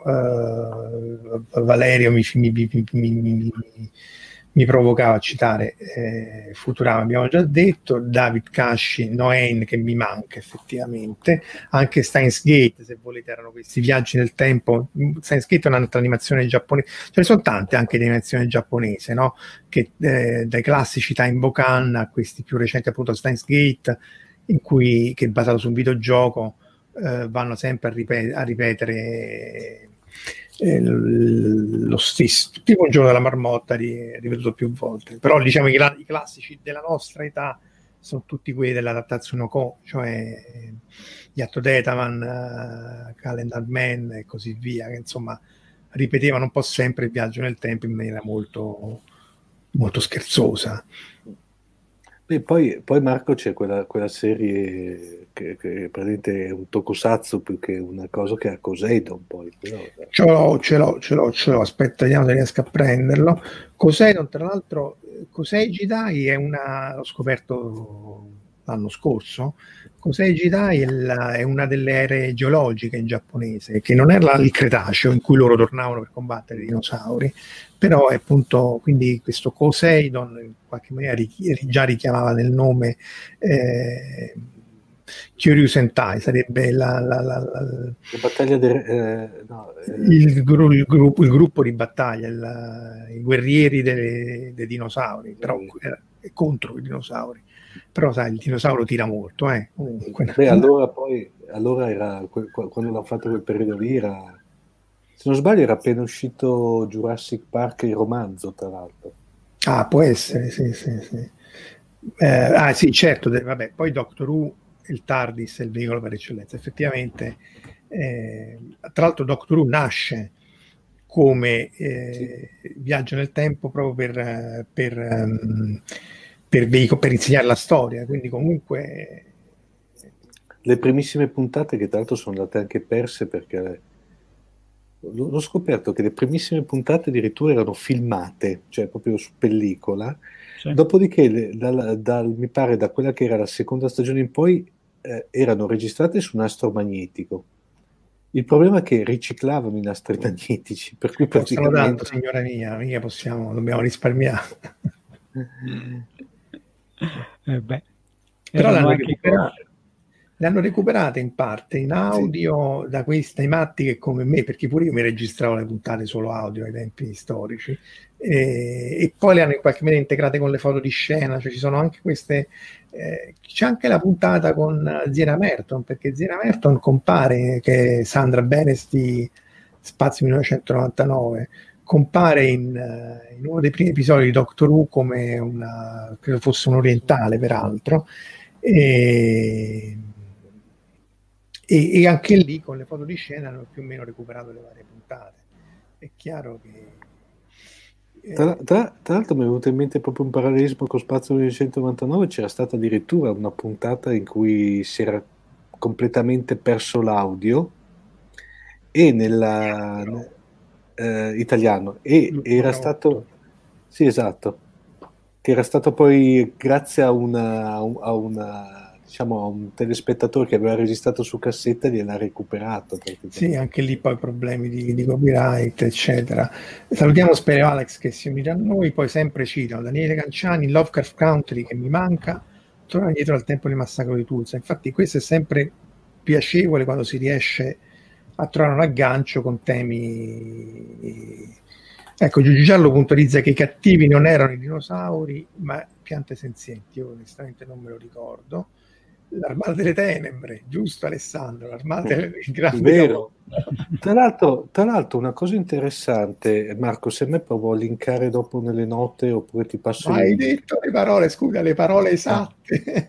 eh, Valerio mi, mi, mi, mi, mi, mi provocava a citare eh, Futurama, abbiamo già detto, David Casci, Noen, che mi manca effettivamente, anche Steins Gate, se volete, erano questi viaggi nel tempo. Steins Gate è un'altra animazione giapponese, ce ne sono tante anche di animazione giapponese, no? Che eh, dai classici Time Bokan a questi più recenti, appunto Steins Gate, in cui, che è basato su un videogioco, eh, vanno sempre a, ripet- a ripetere eh, lo stesso, tipo un giorno della marmotta ripetuto più volte, però diciamo che i classici della nostra età sono tutti quelli della Tatsuno Ko, cioè Yatto Detaman, uh, Calendar Man e così via, che insomma ripetevano un po' sempre il viaggio nel tempo in maniera molto molto scherzosa. Beh, poi, poi Marco c'è quella, quella serie che, che praticamente è un tokusatsu più che una cosa, che è Poseidon, poi però... ce l'ho, ce l'ho, ce l'ho, ce l'ho, aspetta, vediamo se riesco a prenderlo. Poseidon, tra l'altro, Kosei Jidai è una, l'ho scoperto l'anno scorso, Kosei Jidai è, la, è una delle ere geologiche in giapponese, che non era il Cretaceo in cui loro tornavano per combattere i dinosauri, però è appunto, quindi questo Poseidon in qualche maniera richi- già richiamava nel nome eh, Kyoryu Sentai, sarebbe la, la, la, la, la battaglia del, eh, no, eh. il, gru, il, gruppo, il gruppo di battaglia, il, i guerrieri dei, dei dinosauri, però era contro i dinosauri. Però sai, il dinosauro tira molto, eh. Comunque, Beh, allora poi allora era quando l'hanno fatto quel periodo lì era, se non sbaglio, era appena uscito Jurassic Park, il romanzo, tra l'altro. Ah, può essere, sì, sì, sì. Eh, ah sì, certo, de- vabbè, poi Doctor Who, il TARDIS è il veicolo per eccellenza, effettivamente. Eh, tra l'altro Doctor Who nasce come eh, sì. viaggio nel tempo proprio per, per, um, per, veico- per insegnare la storia, quindi comunque... Le primissime puntate, che tra l'altro sono andate anche perse, perché l'ho scoperto che le primissime puntate addirittura erano filmate, cioè proprio su pellicola. Sì. Dopodiché, le, dal, dal, mi pare da quella che era la seconda stagione in poi, eh, erano registrate su nastro magnetico. Il problema è che riciclavano i nastri magnetici, per cui praticamente... Costano tanto, signora mia, mica possiamo, dobbiamo risparmiare. eh beh, però l'hanno recuperato. Le hanno recuperate in parte in audio sì. da questi matti che come me, perché pure io mi registravo le puntate solo audio ai tempi storici, e, e poi le hanno in qualche maniera integrate con le foto di scena, cioè ci sono anche queste, eh, c'è anche la puntata con Ziena Merton, perché Ziena Merton compare, che è Sandra Benes di Spazio millenovecentonovantanove, compare in, in uno dei primi episodi di Doctor Who come una, credo fosse un orientale peraltro, e E, e anche lì con le foto di scena hanno più o meno recuperato le varie puntate. È chiaro che eh... tra, tra, tra l'altro mi è venuto in mente proprio un parallelismo con Spazio millenovecentonovantanove. C'era stata addirittura una puntata in cui si era completamente perso l'audio e nella eh, italiano e era stato sì esatto che era stato poi grazie a una a una diciamo a un telespettatore che aveva registrato su cassetta, gliel'ha recuperato. Sì, anche lì poi problemi di, di copyright eccetera. Salutiamo Spero Alex che si unirà a noi, poi sempre citano Daniele Canciani, Lovecraft Country che mi manca, torna indietro al tempo del massacro di Tulsa. Infatti questo è sempre piacevole quando si riesce a trovare un aggancio con temi. Ecco, Giugi Giallo puntualizza che i cattivi non erano i dinosauri ma piante senzienti. Io onestamente non me lo ricordo. L'Armata delle Tenebre, giusto Alessandro? L'Armata del grande vero. Tra l'altro, tra l'altro una cosa interessante, Marco, se me provo a linkare dopo nelle note oppure ti passo Ma hai detto le parole, scusa, le parole esatte.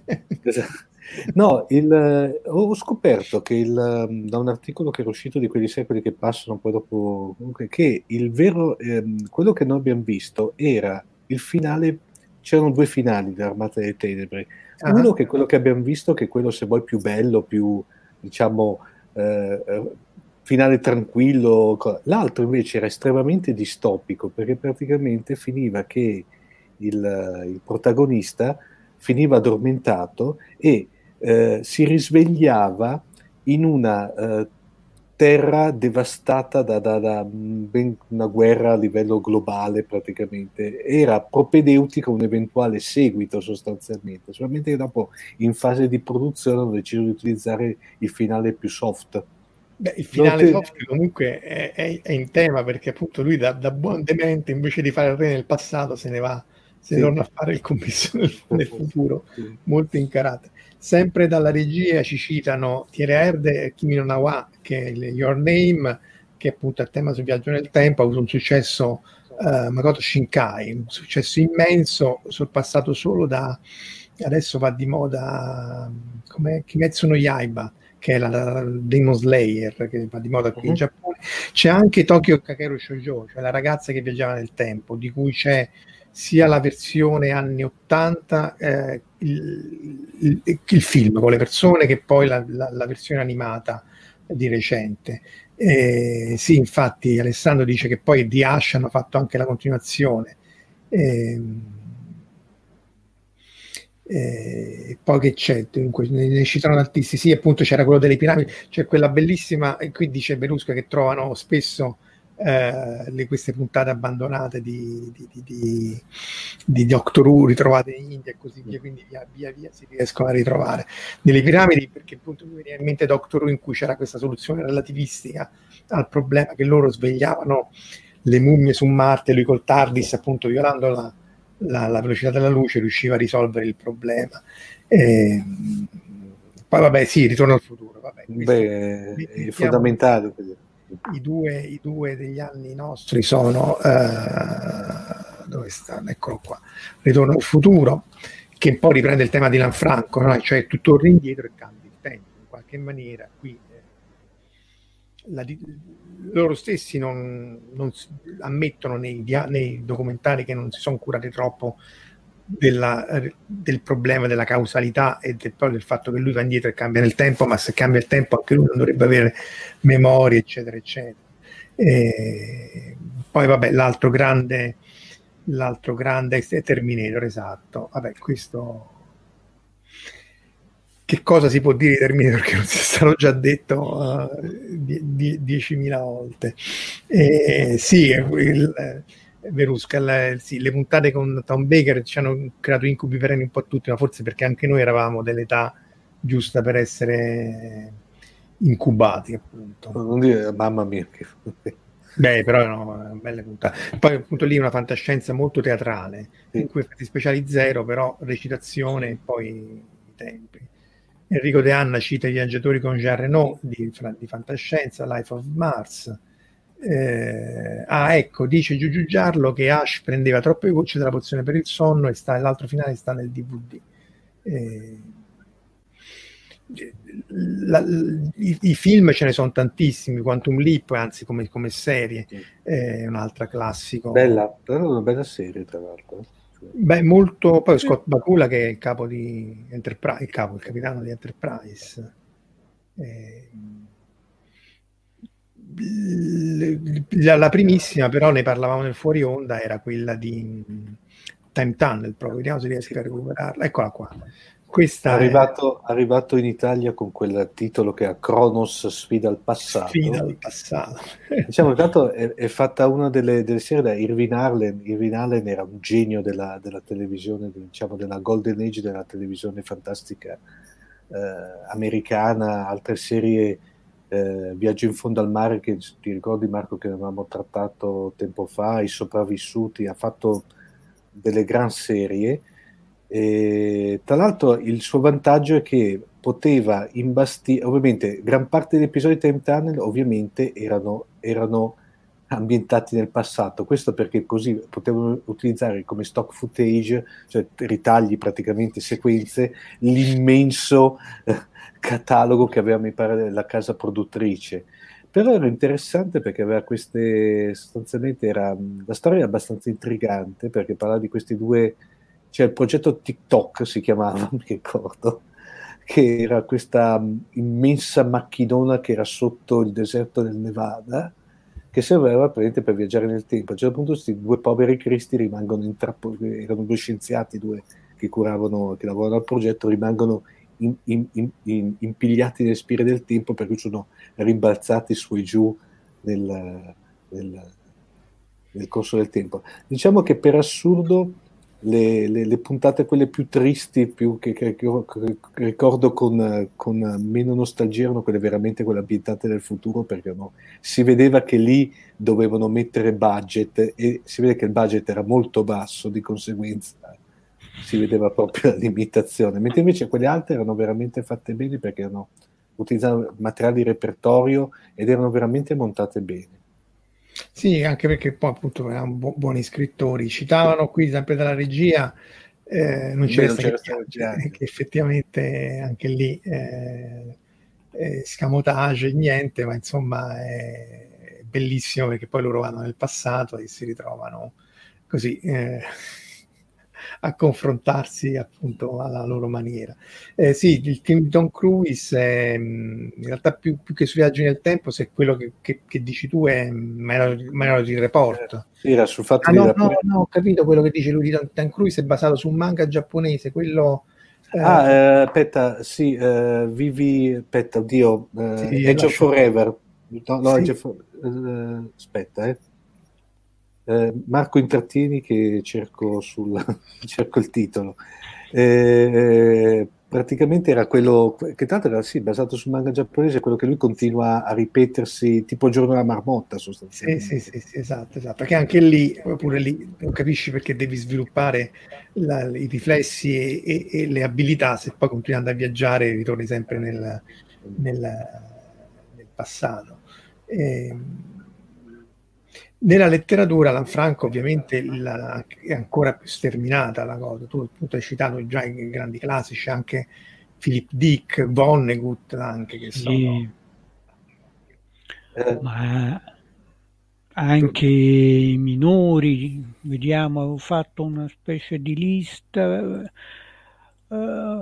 No, il, ho scoperto che il, da un articolo che era uscito di quegli secoli che passano poi dopo, che il vero, ehm, quello che noi abbiamo visto era il finale, c'erano due finali dell'Armata delle Tenebre. Ah. Uno che è quello che abbiamo visto, che è quello se vuoi più bello, più diciamo eh, finale tranquillo, l'altro invece era estremamente distopico, perché praticamente finiva che il, il protagonista finiva addormentato e eh, si risvegliava in una eh, terra devastata da, da, da ben, una guerra a livello globale praticamente. Era propedeutica a un eventuale seguito sostanzialmente, solamente che dopo in fase di produzione hanno deciso di utilizzare il finale più soft. Beh, il finale te... soft comunque è, è, è in tema, perché appunto lui da, da buon demente, invece di fare il re nel passato, se ne va, se sì. torna a fare il commesso nel, nel futuro, sì. molto incarate. Sempre dalla regia ci citano Thierry Erde e Kimi no Nawa, che è il Your Name, che appunto è tema sul viaggio nel tempo, ha avuto un successo, uh, Makoto Shinkai, un successo immenso, sorpassato solo da, adesso va di moda, come Kimetsu no Yaiba, che è la, la, la Demon Slayer, che va di moda qui uh-huh. in Giappone. C'è anche Tokyo Kakeru Shoujo, cioè la ragazza che viaggiava nel tempo, di cui c'è sia la versione anni ottanta, eh, il, il, il film con le persone, che poi la, la, la versione animata di recente. Eh, sì, infatti Alessandro dice che poi di Ash hanno fatto anche la continuazione. Eh, eh, poi che c'è? Dunque, ne, ne citano tantissimi. Sì, appunto c'era quello delle piramidi, c'è quella bellissima, e qui dice Berlusca che trovano spesso Eh, le, queste puntate abbandonate di, di, di, di, di Doctor Who ritrovate in India e così via, quindi via via, via si riescono a ritrovare nelle piramidi, perché appunto mi veniva in mente Doctor Who in cui c'era questa soluzione relativistica al problema che loro svegliavano le mummie su Marte, lui col TARDIS appunto violando la, la, la velocità della luce riusciva a risolvere il problema. E, poi vabbè sì, Ritorno al futuro, vabbè, Beh, è fondamentale. I due, I due degli anni nostri sono eh, dove stanno? Eccolo qua, Ritorno al futuro, che un po' riprende il tema di Lanfranco, no? Cioè tu torni indietro e cambi il tempo, in qualche maniera qui eh, la, loro stessi non, non ammettono nei, nei documentari che non si sono curati troppo della, del problema della causalità e del, del fatto che lui va indietro e cambia nel tempo, ma se cambia il tempo anche lui non dovrebbe avere memoria, eccetera eccetera. E poi vabbè, l'altro grande l'altro grande è Terminator, esatto. Vabbè, questo che cosa si può dire di Terminator che non sia stato già detto uh, die, die, diecimila volte. E, sì, il, Verusca, la, sì, le puntate con Tom Baker ci hanno creato incubi perenni un po' tutti, ma forse perché anche noi eravamo dell'età giusta per essere incubati, appunto. Non dire, mamma mia, che... Beh, però no, belle puntate. Poi appunto lì una fantascienza molto teatrale, sì, in cui effetti speciali zero, però recitazione e poi i tempi. Enrico De Anna cita I viaggiatori con Jean Reno di, di fantascienza, Life of Mars. Eh, ah, ecco, dice Giugiu Giarlo che Ash prendeva troppe gocce della pozione per il sonno e sta, l'altro finale sta nel D V D. Eh, La, i, i film ce ne sono tantissimi, Quantum Leap anzi come, come serie è un altro classico, bella, però una bella serie tra l'altro. Beh, molto, poi Scott Bakula che è il capo di Enterprise, il capo, il capitano di Enterprise. Eh, la, la primissima però ne parlavamo nel fuori onda, era quella di Time Tunnel, proprio vediamo se riesco a recuperarla, eccola qua. Questa è arrivato, è arrivato in Italia con quel titolo che è Kronos sfida al passato. Sfida al passato. Diciamo, intanto è, è fatta una delle, delle serie da Irving Allen. Irving Allen era un genio della, della televisione, diciamo della Golden Age della televisione fantastica eh, americana, altre serie, eh, Viaggio in fondo al mare, che ti ricordi Marco che avevamo trattato tempo fa, I sopravvissuti, ha fatto delle gran serie. E, tra l'altro il suo vantaggio è che poteva imbastire, ovviamente gran parte degli episodi di Time Tunnel ovviamente erano, erano ambientati nel passato, questo perché così potevano utilizzare come stock footage, cioè ritagli praticamente, sequenze, l'immenso eh, catalogo che aveva mi pare la casa produttrice. Però era interessante perché aveva queste, sostanzialmente era, la storia era abbastanza intrigante perché parlava di questi due, cioè il progetto TikTok si chiamava, mi ricordo, che era questa immensa macchinona che era sotto il deserto del Nevada, che serveva praticamente per viaggiare nel tempo. A un certo punto questi due poveri cristi rimangono intrappolati, erano due scienziati, due che curavano, che lavoravano al progetto, rimangono in, in, in, in, impigliati nelle spire del tempo perché sono rimbalzati su e giù nel, nel, nel corso del tempo. Diciamo che per assurdo Le, le, le puntate quelle più tristi, più che, che, che, che ricordo con, con meno nostalgia, erano quelle veramente quelle ambientate nel futuro, perché no, si vedeva che lì dovevano mettere budget e si vede che il budget era molto basso, di conseguenza si vedeva proprio la limitazione, mentre invece quelle altre erano veramente fatte bene perché erano, utilizzavano materiali di repertorio ed erano veramente montate bene. Sì, anche perché poi appunto erano bu- buoni scrittori. Citavano qui sempre dalla regia, eh, non ci resta che piangere, che effettivamente anche lì eh, eh, scamotage, niente, ma insomma è bellissimo perché poi loro vanno nel passato e si ritrovano così eh, a confrontarsi appunto alla loro maniera. Eh, sì, il team di Tom Cruise è, in realtà più, più che sui viaggi nel tempo, se quello che, che, che dici tu è Minority Report. Sì, era sul fatto ah, di no, rap- no, no, ho capito quello che dice lui di Tom Cruise, è basato su un manga giapponese, quello... Eh... Ah, eh, aspetta, sì, eh, Vivi, aspetta, oddio, eh, sì, Edge of Forever. No, no, sì. Edge of, eh, aspetta, eh. Eh, Marco intrattieni che cerco, sul, cerco il titolo. Eh, praticamente era quello che tanto era sì, basato sul manga giapponese, quello che lui continua a ripetersi tipo Giorno della Marmotta sostanzialmente. Sì, sì, sì, sì, esatto, esatto, perché anche lì, pure lì, non capisci perché devi sviluppare la, i riflessi e, e, e le abilità, se poi continuando a viaggiare ritorni sempre nel, nel, nel passato. E, Nella letteratura Lanfranco ovviamente la, è ancora più sterminata la cosa. Tu appunto hai citato già i grandi classici, anche Philip Dick, Vonnegut anche, che sì. sono... Eh. Ma anche i minori, vediamo, ho fatto una specie di lista. Uh,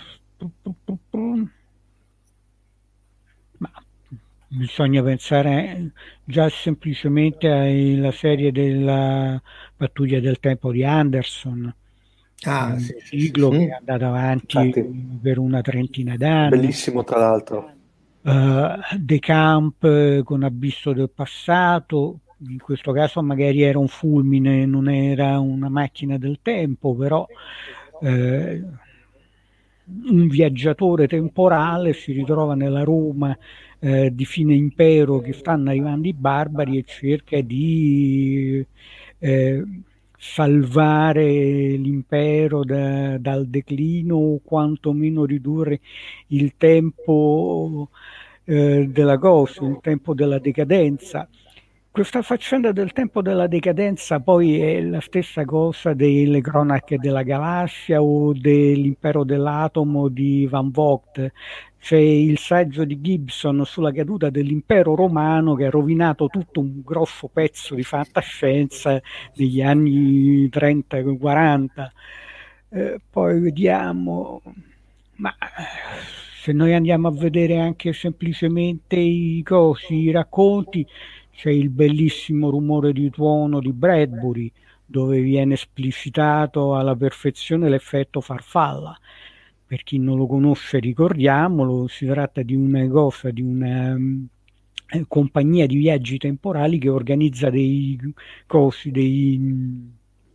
ma bisogna pensare già semplicemente alla serie della Pattuglia del Tempo di Anderson, ah, un sì, ciclo sì, sì. che è andato avanti Infatti, per una trentina d'anni. Bellissimo, tra l'altro. Uh, De Camp con Abisso del passato, in questo caso magari era un fulmine, non era una macchina del tempo, però eh, un viaggiatore temporale si ritrova nella Roma eh, di fine impero, che stanno arrivando i barbari, e cerca di eh, salvare l'impero da, dal declino, o quantomeno ridurre il tempo eh, della cosa, il tempo della decadenza. Questa faccenda del tempo della decadenza poi è la stessa cosa delle cronache della galassia o dell'impero dell'atomo di Van Vogt. C'è il saggio di Gibson sulla caduta dell'impero romano, che ha rovinato tutto un grosso pezzo di fantascienza negli anni trenta quaranta. Eh, poi vediamo, ma se noi andiamo a vedere anche semplicemente i cosi, i racconti, c'è il bellissimo Rumore di tuono di Bradbury, dove viene esplicitato alla perfezione l'effetto farfalla. Per chi non lo conosce, ricordiamolo, si tratta di una cosa, di una eh, compagnia di viaggi temporali che organizza dei cosi, dei,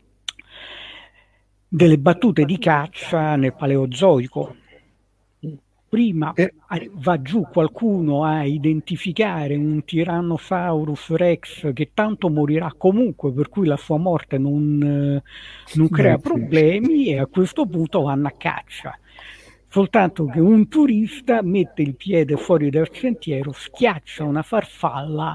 delle battute di caccia nel Paleozoico. Prima va giù qualcuno a identificare un Tyrannosaurus Rex che tanto morirà comunque, per cui la sua morte non, non crea problemi, e a questo punto vanno a caccia. Soltanto che un turista mette il piede fuori dal sentiero, schiaccia una farfalla,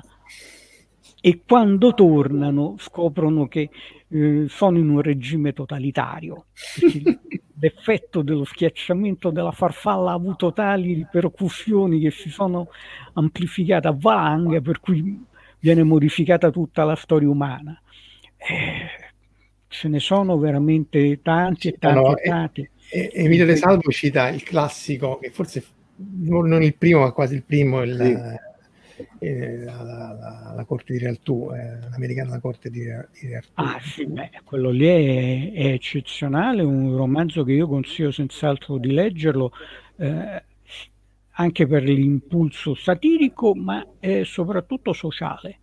e quando tornano scoprono che eh, sono in un regime totalitario, perché l'effetto dello schiacciamento della farfalla ha avuto tali ripercussioni che si sono amplificate a valanga, per cui viene modificata tutta la storia umana. Eh, ce ne sono veramente tanti e tanti no, e tanti. E, e Emilio De Salvo cita il classico, che forse non il primo, ma quasi il primo, il, sì. eh, la, la, la corte di Realtù, eh, l'americana La corte di, di Realtù. Ah sì, beh, quello lì è, è eccezionale, un romanzo che io consiglio senz'altro di leggerlo, eh, anche per l'impulso satirico, ma eh, soprattutto sociale.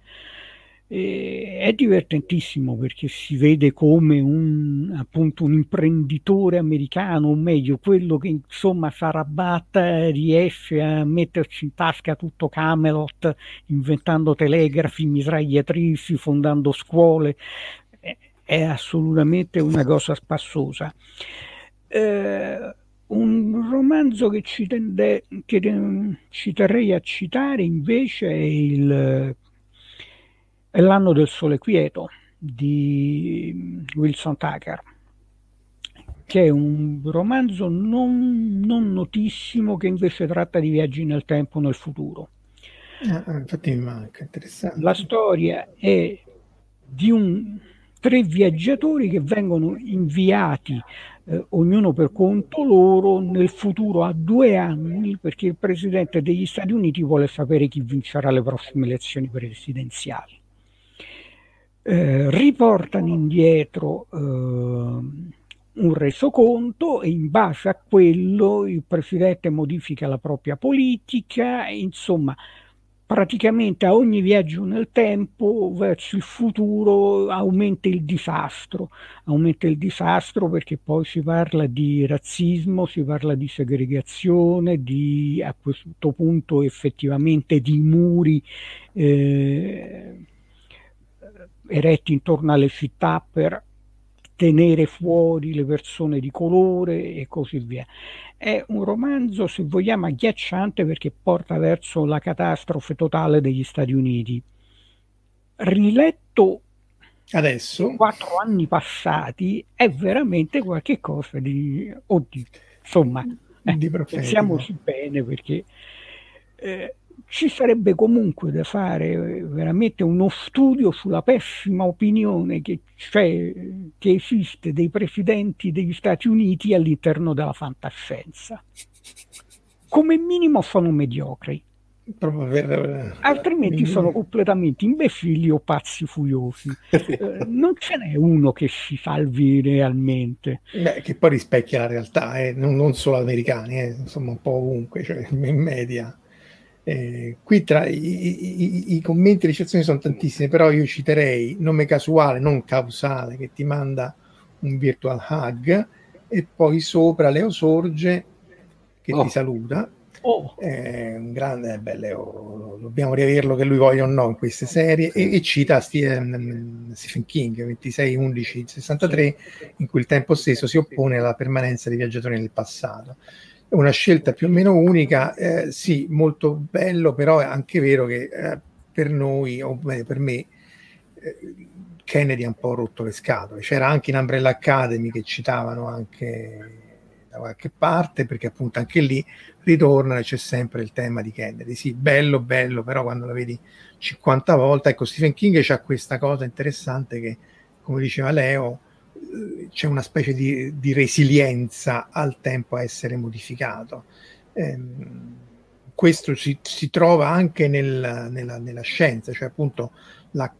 E è divertentissimo, perché si vede come un, appunto, un imprenditore americano, o meglio quello che insomma Sarabat riesce a metterci in tasca tutto Camelot, inventando telegrafi, mitragliatrici, fondando scuole. È, è assolutamente una cosa spassosa. Eh, un romanzo che ci, tende, che ci terrei a citare invece è il È l'anno del sole quieto di Wilson Tucker, che è un romanzo non, non notissimo, che invece tratta di viaggi nel tempo, nel futuro. Ah, infatti mi manca, interessante. La storia è di un, tre viaggiatori che vengono inviati eh, ognuno per conto loro nel futuro a due anni, perché il presidente degli Stati Uniti vuole sapere chi vincerà le prossime elezioni presidenziali. Eh, riportano indietro eh, un resoconto, e in base a quello il presidente modifica la propria politica. Insomma, praticamente a ogni viaggio nel tempo verso il futuro aumenta il disastro, aumenta il disastro perché poi si parla di razzismo, si parla di segregazione, di, a questo punto effettivamente di muri eh, eretti intorno alle città per tenere fuori le persone di colore e così via. È un romanzo, se vogliamo, agghiacciante, perché porta verso la catastrofe totale degli Stati Uniti. riletto adesso, quattro anni passati, è veramente qualche cosa di, oddio, insomma, eh, di profetico. pensiamoci bene, perché eh, ci sarebbe comunque da fare veramente uno studio sulla pessima opinione che c'è, che esiste dei presidenti degli Stati Uniti all'interno della fantascienza. Come minimo sono mediocri, proprio per, altrimenti uh, sono completamente imbecilli o pazzi furiosi. Eh, non ce n'è uno che si salvi realmente. Beh, che poi rispecchia la realtà, eh, non, non solo americani, eh, insomma un po' ovunque, cioè in media. Eh, qui tra i, i, i commenti e le citazioni sono tantissime, però io citerei nome casuale, non causale, che ti manda un virtual hug, e poi sopra Leo Sorge che Oh. ti saluta. Oh. Eh, un grande, beh, Leo, dobbiamo riaverlo che lui voglia o no in queste serie, e, e cita Stephen, Stephen King ventisei undici sessantatré, in cui il tempo stesso si oppone alla permanenza dei viaggiatori nel passato. È una scelta più o meno unica, eh, sì, molto bello, però è anche vero che eh, per noi, o meglio per me, eh, Kennedy ha un po' rotto le scatole. C'era anche in Umbrella Academy che citavano anche da qualche parte, perché appunto anche lì ritorna e c'è sempre il tema di Kennedy. Sì, bello, bello, però quando la vedi cinquanta volte, ecco, Stephen King c'ha questa cosa interessante che, come diceva Leo, c'è una specie di, di resilienza al tempo a essere modificato. Eh, questo si, si trova anche nel, nella, nella scienza, cioè appunto la,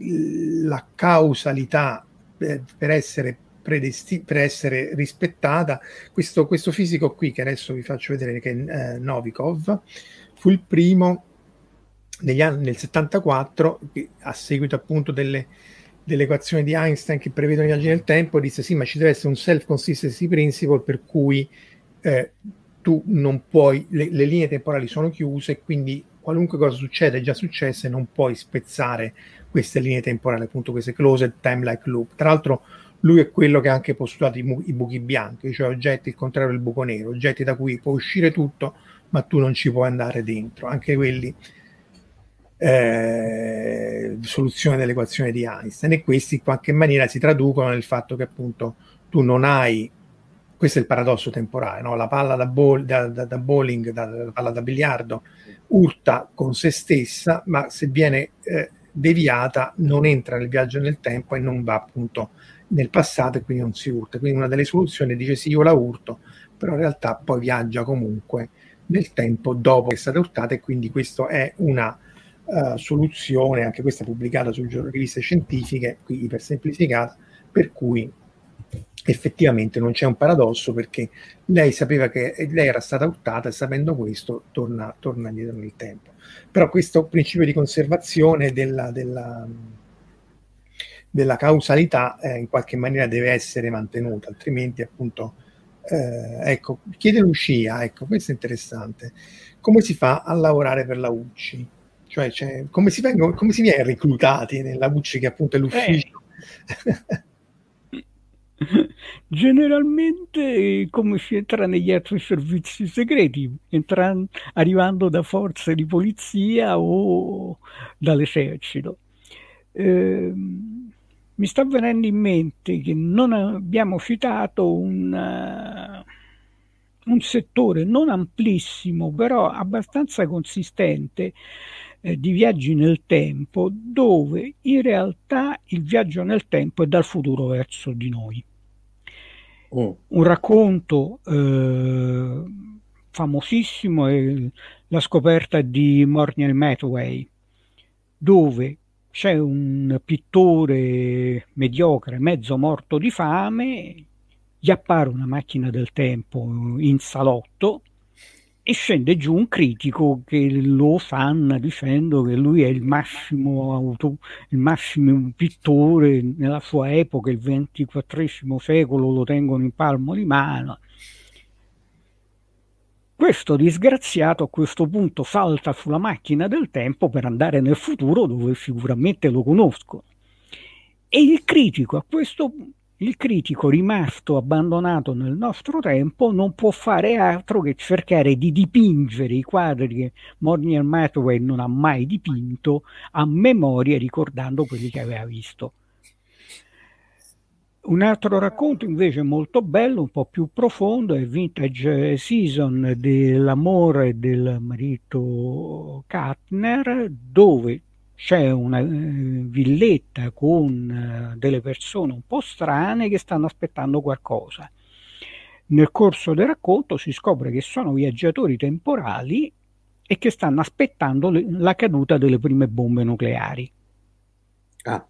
la causalità per, per essere predesti- per essere rispettata. Questo, questo fisico qui, che adesso vi faccio vedere, che è eh, Novikov, fu il primo negli anni, nel settantaquattro, a seguito appunto delle delle equazioni di Einstein che prevedono i viaggi nel tempo, disse sì, ma ci deve essere un self-consistency principle per cui eh, tu non puoi, le, le linee temporali sono chiuse, quindi qualunque cosa succede è già successa e non puoi spezzare queste linee temporali, appunto queste closed time-like loop. Tra l'altro lui è quello che ha anche postulato i, mu- i buchi bianchi, cioè oggetti il contrario del buco nero, oggetti da cui può uscire tutto, ma tu non ci puoi andare dentro, anche quelli Eh, soluzione dell'equazione di Einstein, e questi in qualche maniera si traducono nel fatto che appunto tu non hai, questo è il paradosso temporale, no? La palla da, ball, da, da, da bowling, da, la palla da biliardo urta con se stessa, ma se viene eh, deviata non entra nel viaggio nel tempo e non va appunto nel passato, e quindi non si urta. Quindi una delle soluzioni dice sì, io la urto, però in realtà poi viaggia comunque nel tempo dopo che è stata urtata, e quindi questo è una Uh, soluzione, anche questa pubblicata su riviste scientifiche, qui ipersemplificata, per cui effettivamente non c'è un paradosso, perché lei sapeva che lei era stata urtata e sapendo questo torna, torna indietro nel tempo. Però questo principio di conservazione della, della, della causalità eh, in qualche maniera deve essere mantenuto, altrimenti appunto eh, ecco, chiede Lucia, ecco, questo è interessante, come si fa a lavorare per la U C I? Cioè, cioè come, si vengono, come si viene reclutati nella U C I, che appunto è l'ufficio? Eh. Generalmente come si entra negli altri servizi segreti, entra, arrivando da forze di polizia o dall'esercito. Eh, mi sta venendo in mente che non abbiamo citato un, un settore non amplissimo, però abbastanza consistente, Eh, di viaggi nel tempo, dove in realtà il viaggio nel tempo è dal futuro verso di noi. Oh. Un racconto eh, famosissimo è la scoperta di Morniel Mathway, dove c'è un pittore mediocre, mezzo morto di fame, gli appare una macchina del tempo in salotto e scende giù un critico che lo osanna dicendo che lui è il massimo, auto, il massimo pittore nella sua epoca, il ventiquattresimo secolo lo tengono in palmo di mano. Questo disgraziato a questo punto salta sulla macchina del tempo per andare nel futuro, dove sicuramente lo conoscono. E il critico a questo il critico rimasto abbandonato nel nostro tempo non può fare altro che cercare di dipingere i quadri che Monier Mathway non ha mai dipinto a memoria, ricordando quelli che aveva visto. Un altro racconto invece molto bello, un po' più profondo, è Vintage Season dell'amore del marito Katner, dove c'è una eh, villetta con eh, delle persone un po' strane che stanno aspettando qualcosa. Nel corso del racconto si scopre che sono viaggiatori temporali e che stanno aspettando le, la caduta delle prime bombe nucleari. Ah.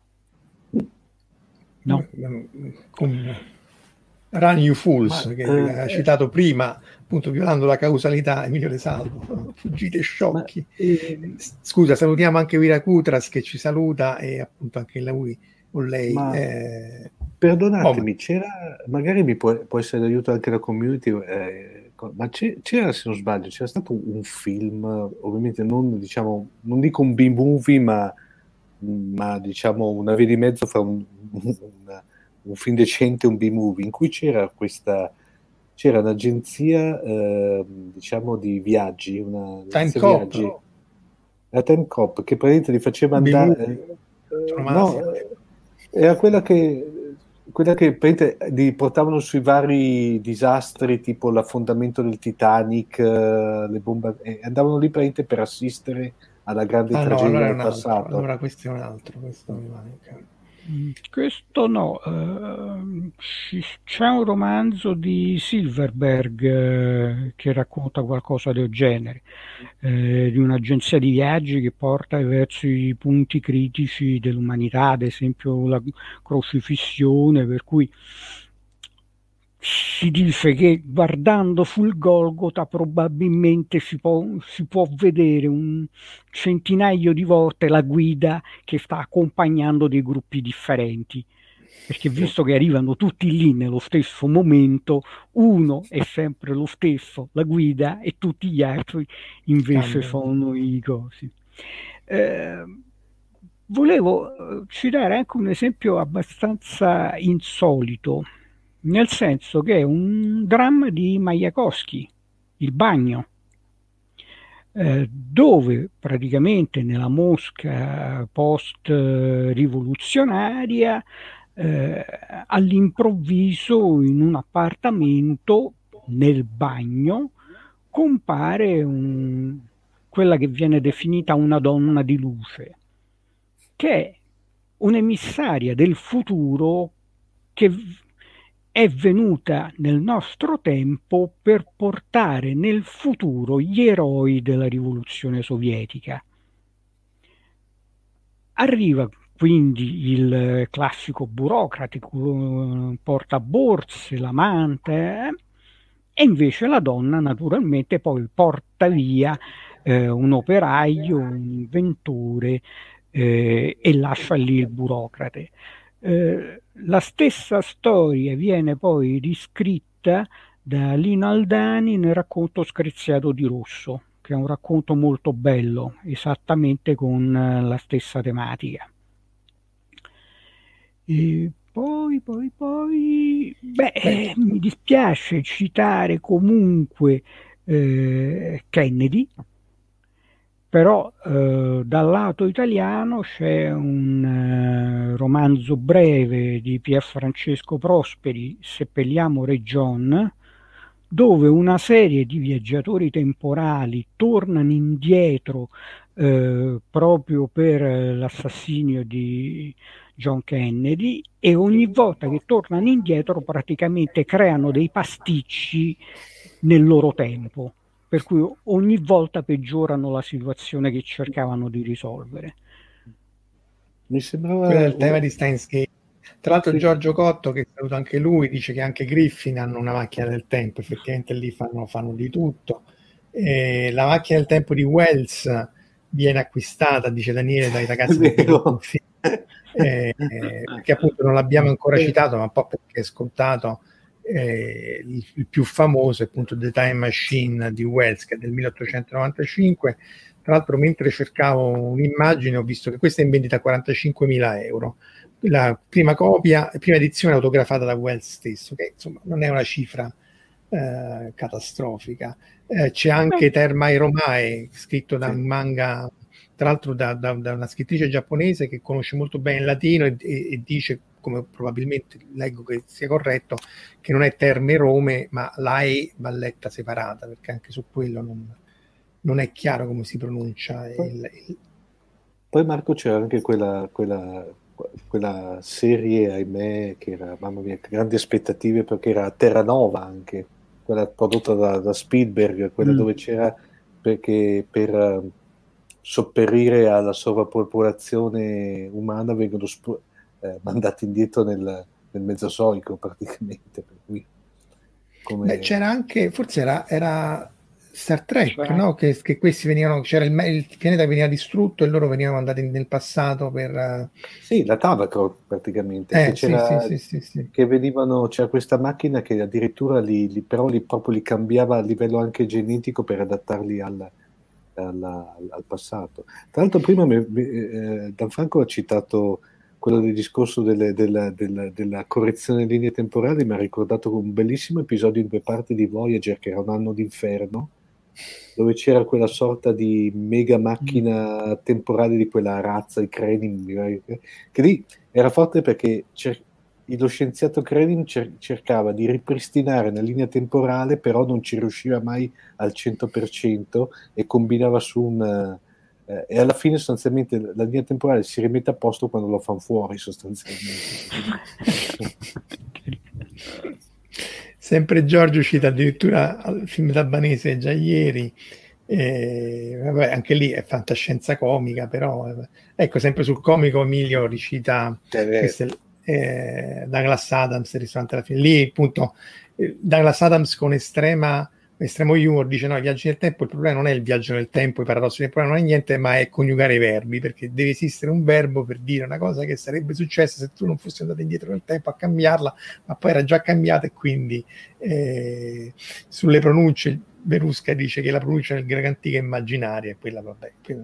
No? Con Run You Fools, ma, che eh, ha citato prima, appunto violando la causalità, Emilio De Salvo. Fuggite sciocchi. Ma, eh, Scusa, salutiamo anche Vira Kutras che ci saluta, e appunto anche lui o lei. Ma, eh... perdonatemi, oh, c'era, magari mi può, può essere d'aiuto anche la community, eh, ma c'era, se non sbaglio, c'era stato un film, ovviamente non, diciamo, non dico un B-movie, ma ma diciamo una via di mezzo fra un, un, un film decente e un B-movie, in cui c'era questa c'era un'agenzia eh, diciamo di viaggi, una Time Cop, la Time Cop, che praticamente li faceva andare eh, no, era quella che quella che li portavano sui vari disastri, tipo l'affondamento del Titanic, eh, le bombe, e andavano lì praticamente per assistere alla grande ah, tragedia no, allora del un altro, passato. Allora questo è un altro, questo mi manca. Questo no, uh, c'è un romanzo di Silverberg uh, che racconta qualcosa del genere, uh, di un'agenzia di viaggi che porta verso i punti critici dell'umanità, ad esempio la crocifissione, per cui si dice che guardando sul Golgota probabilmente si può, si può vedere un centinaio di volte la guida che sta accompagnando dei gruppi differenti, perché visto che arrivano tutti lì nello stesso momento, uno è sempre lo stesso, la guida, e tutti gli altri invece sono i cosi. Eh, volevo citare anche un esempio abbastanza insolito, nel senso che è un dramma di Majakovskij, Il bagno, eh, dove praticamente nella Mosca post-rivoluzionaria eh, all'improvviso in un appartamento nel bagno compare un, quella che viene definita una donna di luce, che è un'emissaria del futuro che è venuta nel nostro tempo per portare nel futuro gli eroi della rivoluzione sovietica. Arriva quindi il classico burocratico, porta borse, l'amante, eh? E invece la donna naturalmente poi porta via eh, un operaio, un inventore eh, e lascia lì il burocrate. Eh, la stessa storia viene poi riscritta da Lino Aldani nel racconto Screziato di rosso, che è un racconto molto bello, esattamente con eh, la stessa tematica. E poi, poi, poi, beh, eh, mi dispiace citare comunque eh, Kennedy, però eh, dal lato italiano c'è un eh, romanzo breve di Pier Francesco Prosperi, Seppelliamo Re John, dove una serie di viaggiatori temporali tornano indietro eh, proprio per l'assassinio di John Kennedy, e ogni volta che tornano indietro praticamente creano dei pasticci nel loro tempo, per cui ogni volta peggiorano la situazione che cercavano di risolvere. Mi sembrava quello è il tema di Steins Gate. Tra l'altro Giorgio Cotto, che saluto anche lui, dice che anche Griffin hanno una macchina del tempo, effettivamente lì fanno, fanno di tutto. E la macchina del tempo di Wells viene acquistata, dice Daniele, dai ragazzi del eh, eh, che appunto non l'abbiamo ancora citato, ma un po' perché è scontato. Eh, il, il più famoso è appunto The Time Machine di Wells, che è del milleottocentonovantacinque. Tra l'altro, mentre cercavo un'immagine, ho visto che questa è in vendita a quarantacinquemila euro, la prima copia, prima edizione autografata da Wells stesso, che insomma non è una cifra eh, catastrofica. Eh, c'è anche Termai Romae, scritto da un manga, tra l'altro da, da, da una scrittrice giapponese che conosce molto bene il latino e, e, e dice, come probabilmente leggo che sia corretto, che non è Terme Rome, ma la E va letta separata, perché anche su quello non, non è chiaro come si pronuncia. Poi, il, il... poi Marco, c'era anche quella, quella, quella serie, ahimè, che era, mamma mia, grandi aspettative, perché era Terranova anche, quella prodotta da, da Spielberg, quella mm. dove c'era, perché per uh, sopperire alla sovrappopolazione umana vengono sp- eh, mandati indietro nel, nel Mesozoico praticamente. Per cui, come... Beh, c'era anche, forse era, era Star Trek, cioè, no? Che, che questi venivano, c'era il, il pianeta che veniva distrutto e loro venivano andati nel passato per... Sì, la Tavakor praticamente, eh, che, c'era, sì, sì, sì, sì, sì. che venivano, c'era questa macchina che addirittura li, li, però li, proprio li cambiava a livello anche genetico per adattarli al, al, al passato. Tra l'altro prima mi, eh, Gianfranco ha citato quello del discorso delle, della, della, della correzione delle linee temporali, mi ha ricordato un bellissimo episodio in due parti di Voyager, che era Un anno d'inferno, dove c'era quella sorta di mega macchina temporale di quella razza, i Krenim, che lì era forte perché cer- lo scienziato Krenim cer- cercava di ripristinare una linea temporale, però non ci riusciva mai al cento per cento e combinava su un... Eh, e alla fine sostanzialmente la linea temporale si rimette a posto quando lo fanno fuori, sostanzialmente. Sempre Giorgio cita addirittura il film d'Albanese già ieri, eh, vabbè, anche lì è fantascienza comica, però eh, ecco, sempre sul comico Emilio ricita queste, eh, Douglas Adams, il ristorante alla fine, lì appunto eh, Douglas Adams con estrema estremo humor dice no, i viaggi nel tempo, il problema non è il viaggio nel tempo, i paradossi del problema non è niente, ma è coniugare i verbi, perché deve esistere un verbo per dire una cosa che sarebbe successa se tu non fossi andato indietro nel tempo a cambiarla, ma poi era già cambiata. E quindi eh, sulle pronunce Verusca dice che la pronuncia del greco antico è immaginaria, e quella vabbè. Quindi,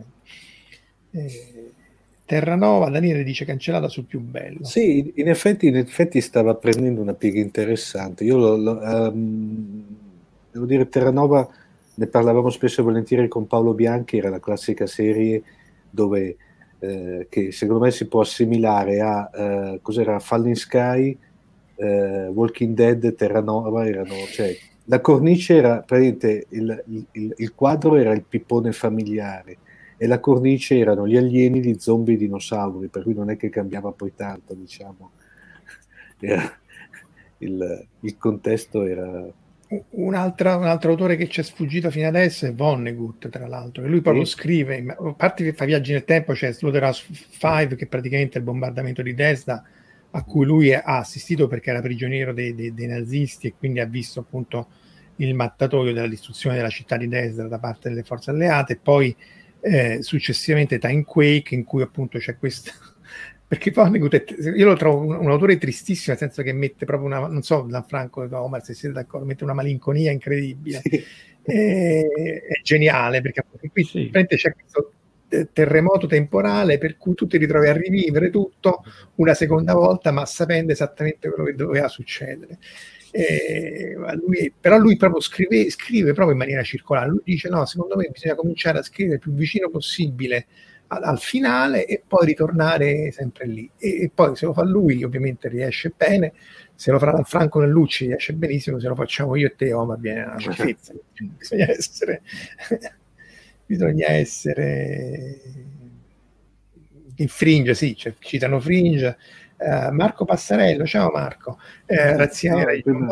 eh, Terranova, Daniele dice cancellata sul più bello. Sì, in effetti, in effetti stava prendendo una piega interessante. Io lo, lo um, devo dire, Terranova, ne parlavamo spesso e volentieri con Paolo Bianchi, era la classica serie dove eh, che secondo me si può assimilare a eh, cos'era Falling Sky, eh, Walking Dead, Terranova, erano, cioè, la cornice era praticamente il, il, il quadro era il pippone familiare e la cornice erano gli alieni, gli zombie, i dinosauri, per cui non è che cambiava poi tanto, diciamo. Era, il, il contesto era... Un, un altro autore che ci è sfuggito fino adesso è Vonnegut, tra l'altro, che lui proprio sì. scrive, a parte che fa viaggi nel tempo, c'è Slaughterhouse cinque, che praticamente è il bombardamento di Dresda, a cui lui ha assistito perché era prigioniero dei, dei, dei nazisti e quindi ha visto appunto il mattatoio della distruzione della città di Dresda da parte delle forze alleate, e poi eh, successivamente Time Quake, in cui appunto c'è questa... perché Vonnegut io lo trovo un, un autore tristissimo, nel senso che mette proprio una, non so, Gianfranco Omar se siete d'accordo, mette una malinconia incredibile. Sì. E, è geniale perché qui sì. c'è questo terremoto temporale per cui tu ti ritrovi a rivivere tutto una seconda volta, ma sapendo esattamente quello che doveva succedere. E, lui, però lui proprio scrive, scrive proprio in maniera circolare. Lui dice no, secondo me bisogna cominciare a scrivere il più vicino possibile al finale e poi ritornare sempre lì, e, e poi se lo fa lui ovviamente riesce bene, se lo farà Franco Nellucci riesce benissimo, se lo facciamo io e te Omar viene una schifezza. bisogna essere bisogna essere in Fringe, sì, cioè, citano Fringe. Uh, Marco Passarello, ciao Marco, eh, razziera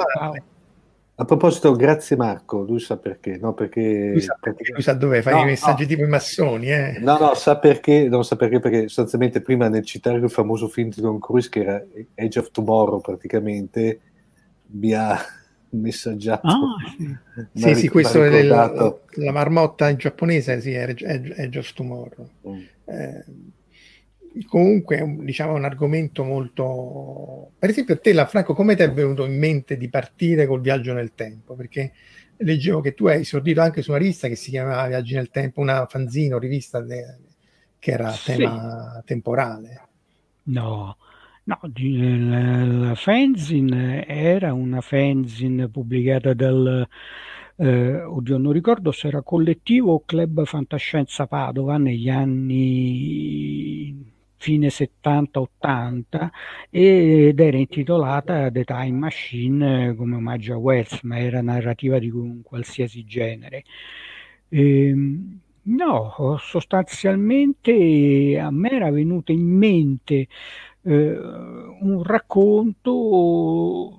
a proposito, grazie Marco, lui sa perché, no? Perché lui sa, perché, lui sa dove fai no, i messaggi no. tipo i massoni, eh? No, no, sa perché, non sa perché, perché sostanzialmente prima nel citare il famoso film di Tom Cruise che era Edge of Tomorrow praticamente mi ha messaggiato. Ah, sì, sì, sì, questo è la, la marmotta in giapponese, sì, è Edge, Edge of Tomorrow. Mm. Eh, comunque diciamo un argomento molto, per esempio a te Franco, come ti è venuto in mente di partire col viaggio nel tempo? Perché leggevo che tu hai esordito anche su una rivista che si chiamava Viaggi nel Tempo, una fanzino, rivista de, che era a tema sì. temporale. No, No, di- la, la fanzine era una fanzine pubblicata dal, eh, oddio, non ricordo se era Collettivo o Club Fantascienza Padova negli anni fine settanta ottanta ed era intitolata The Time Machine, eh, come omaggio a Wells, ma era narrativa di un qualsiasi genere. Ehm, no, sostanzialmente a me era venuto in mente eh, un racconto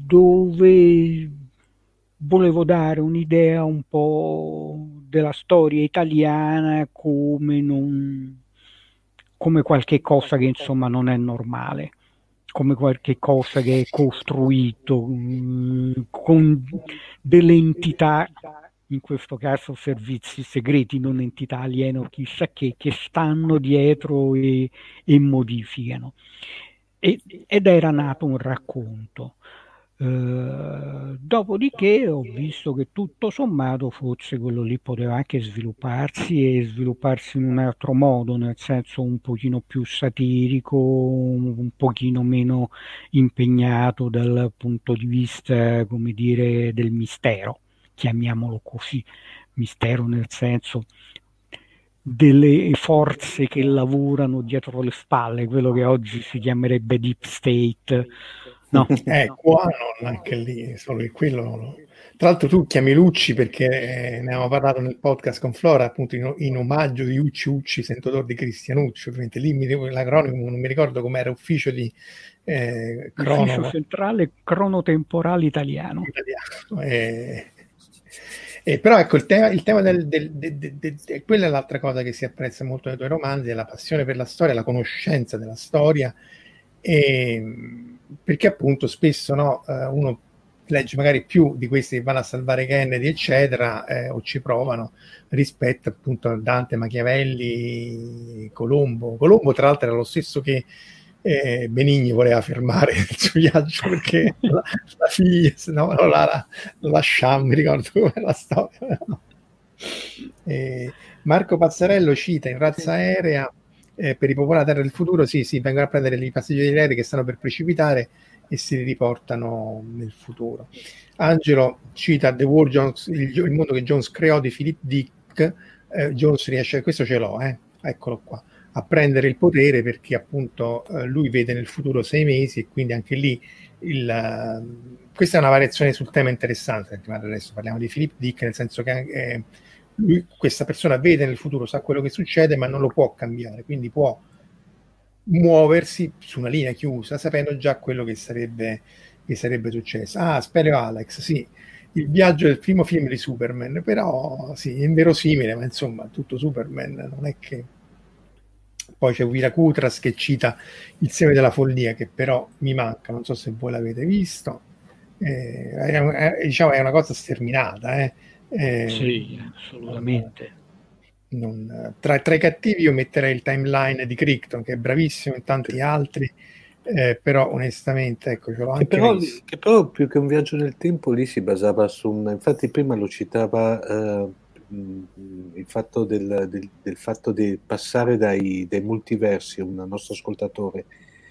dove volevo dare un'idea un po' della storia italiana come, non, come qualche cosa che insomma non è normale, come qualche cosa che è costruito mh, con delle entità, in questo caso servizi segreti, non entità aliene o chissà che, che stanno dietro e, e modificano. E- ed era nato un racconto. Eh, dopodiché ho visto che tutto sommato forse quello lì poteva anche svilupparsi e svilupparsi in un altro modo, nel senso un pochino più satirico, un, un pochino meno impegnato dal punto di vista, come dire, del mistero, chiamiamolo così, mistero nel senso delle forze che lavorano dietro le spalle, quello che oggi si chiamerebbe deep state, no? Eh, qua non, anche lì, solo che quello non lo- Tra l'altro tu chiami Lucci perché eh, ne avevamo parlato nel podcast con Flora, appunto in, in omaggio di Ucci Ucci, Sentodor di Cristianucci, ovviamente lì mi, l'acronimo non mi ricordo com'era, ufficio di eh, Ufficio crono centrale cronotemporale italiano. italiano. Eh, eh, però ecco, il tema, il tema del, del, del, del, del, del- quella è l'altra cosa che si apprezza molto nei tuoi romanzi, è la passione per la storia, la conoscenza della storia, e, perché appunto spesso no, eh, uno legge magari più di questi che vanno a salvare Kennedy, eccetera, eh, o ci provano, rispetto appunto a Dante, Machiavelli, Colombo. Colombo, tra l'altro, era lo stesso che eh, Benigni voleva fermare il suo viaggio perché la, la figlia, se no lo, la, lo lasciamo, mi ricordo come la storia. Eh, Marco Pazzarello cita in Razza Aerea eh, per ripopolare la Terra del futuro, sì, sì, vengono a prendere i passeggeri aerei che stanno per precipitare e si riportano nel futuro. Angelo cita The World Jones, il, il mondo che Jones creò di Philip Dick. eh, Jones riesce, questo ce l'ho, eh, eccolo qua, a prendere il potere perché appunto eh, lui vede nel futuro sei mesi e quindi anche lì il, uh, questa è una variazione sul tema interessante, adesso parliamo di Philip Dick, nel senso che eh, lui, questa persona vede nel futuro, sa quello che succede ma non lo può cambiare, quindi può muoversi su una linea chiusa sapendo già quello che sarebbe, che sarebbe successo. Ah, Speleo Alex, sì, il viaggio del primo film di Superman, però sì, è inverosimile, ma insomma tutto Superman non è che... Poi c'è Vira Kutras che cita Il seme della follia, che però mi manca, non so se voi l'avete visto. Eh, è, è, diciamo, è una cosa sterminata. Eh. Eh, sì, assolutamente. Non, non, tra, tra i cattivi io metterei il Timeline di Crichton, che è bravissimo in tanti altri, eh, però onestamente ecco, ce l'ho anche che però, visto. che però più che un viaggio nel tempo lì si basava su un... Infatti prima lo citava... Eh, il fatto del, del, del fatto di passare dai, dai multiversi, un nostro ascoltatore,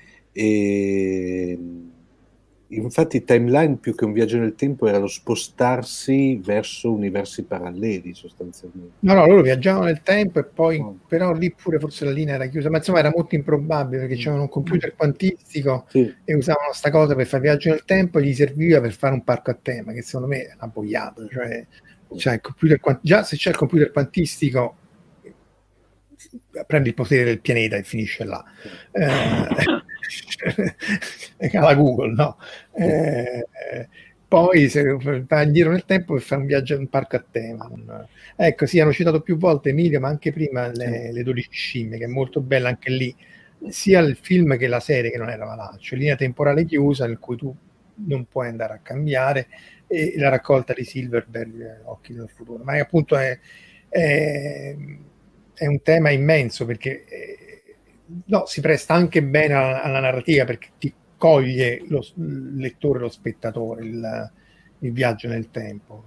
e infatti Timeline più che un viaggio nel tempo era lo spostarsi verso universi paralleli sostanzialmente. No, no, loro viaggiavano nel tempo e poi oh. però lì pure forse la linea era chiusa, ma insomma era molto improbabile perché c'erano un computer quantistico sì. e usavano sta cosa per fare viaggio nel tempo e gli serviva per fare un parco a tema, che secondo me è una boiata, cioè Cioè, il computer, già se c'è il computer quantistico prendi il potere del pianeta e finisce là, eh, alla Google, no? Eh, poi se vai indietro nel tempo per fare un viaggio in un parco a tema. Ecco, sì, hanno citato più volte Emilio, ma anche prima le, le dodici scimmie, che è molto bella anche lì, sia il film che la serie, che non era malaccio, linea temporale chiusa in cui tu non puoi andare a cambiare, e la raccolta di Silverberg, Occhi del futuro, ma è, appunto è, è, è un tema immenso perché eh, no, si presta anche bene alla, alla narrativa perché ti coglie lo, il lettore, lo spettatore, il, il viaggio nel tempo.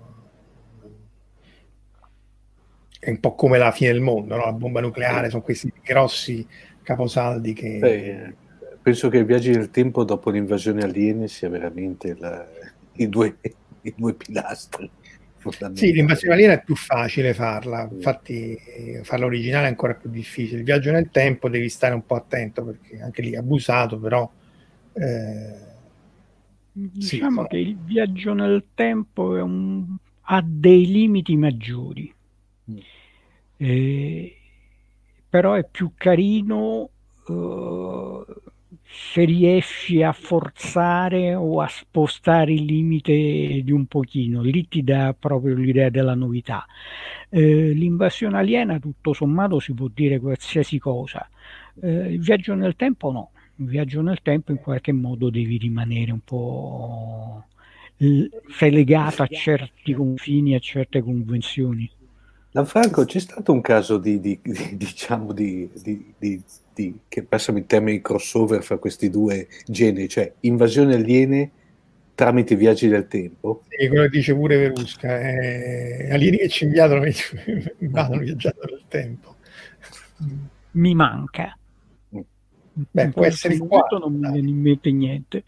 È un po' come la fine del mondo, no? La bomba nucleare, sono questi grossi caposaldi che... Beh, penso che i viaggi nel tempo dopo l'invasione aliena sia veramente la, i, due, i due pilastri. Sì, l'invasione aliena è più facile farla, infatti farla originale è ancora più difficile. Il viaggio nel tempo devi stare un po' attento perché anche lì è abusato, però eh, diciamo sì, che il viaggio nel tempo è un, ha dei limiti maggiori, mm. eh, però è più carino uh, se riesci a forzare o a spostare il limite di un pochino, lì ti dà proprio l'idea della novità. Eh, l'invasione aliena, tutto sommato, si può dire qualsiasi cosa. Eh, il viaggio nel tempo no. Il viaggio nel tempo in qualche modo devi rimanere un po'... sei legato a certi confini, a certe convenzioni. Lanfranco, c'è stato un caso di, di, di diciamo, di, di, di, di, che passami il termine crossover fra questi due generi, cioè invasione aliene tramite viaggi del tempo? Sì, quello che dice pure Verusca, eh, alieni che ci inviadono, invadono viaggiando nel tempo. Mi manca. Beh, in può essere il quarto, non mi viene in mente niente.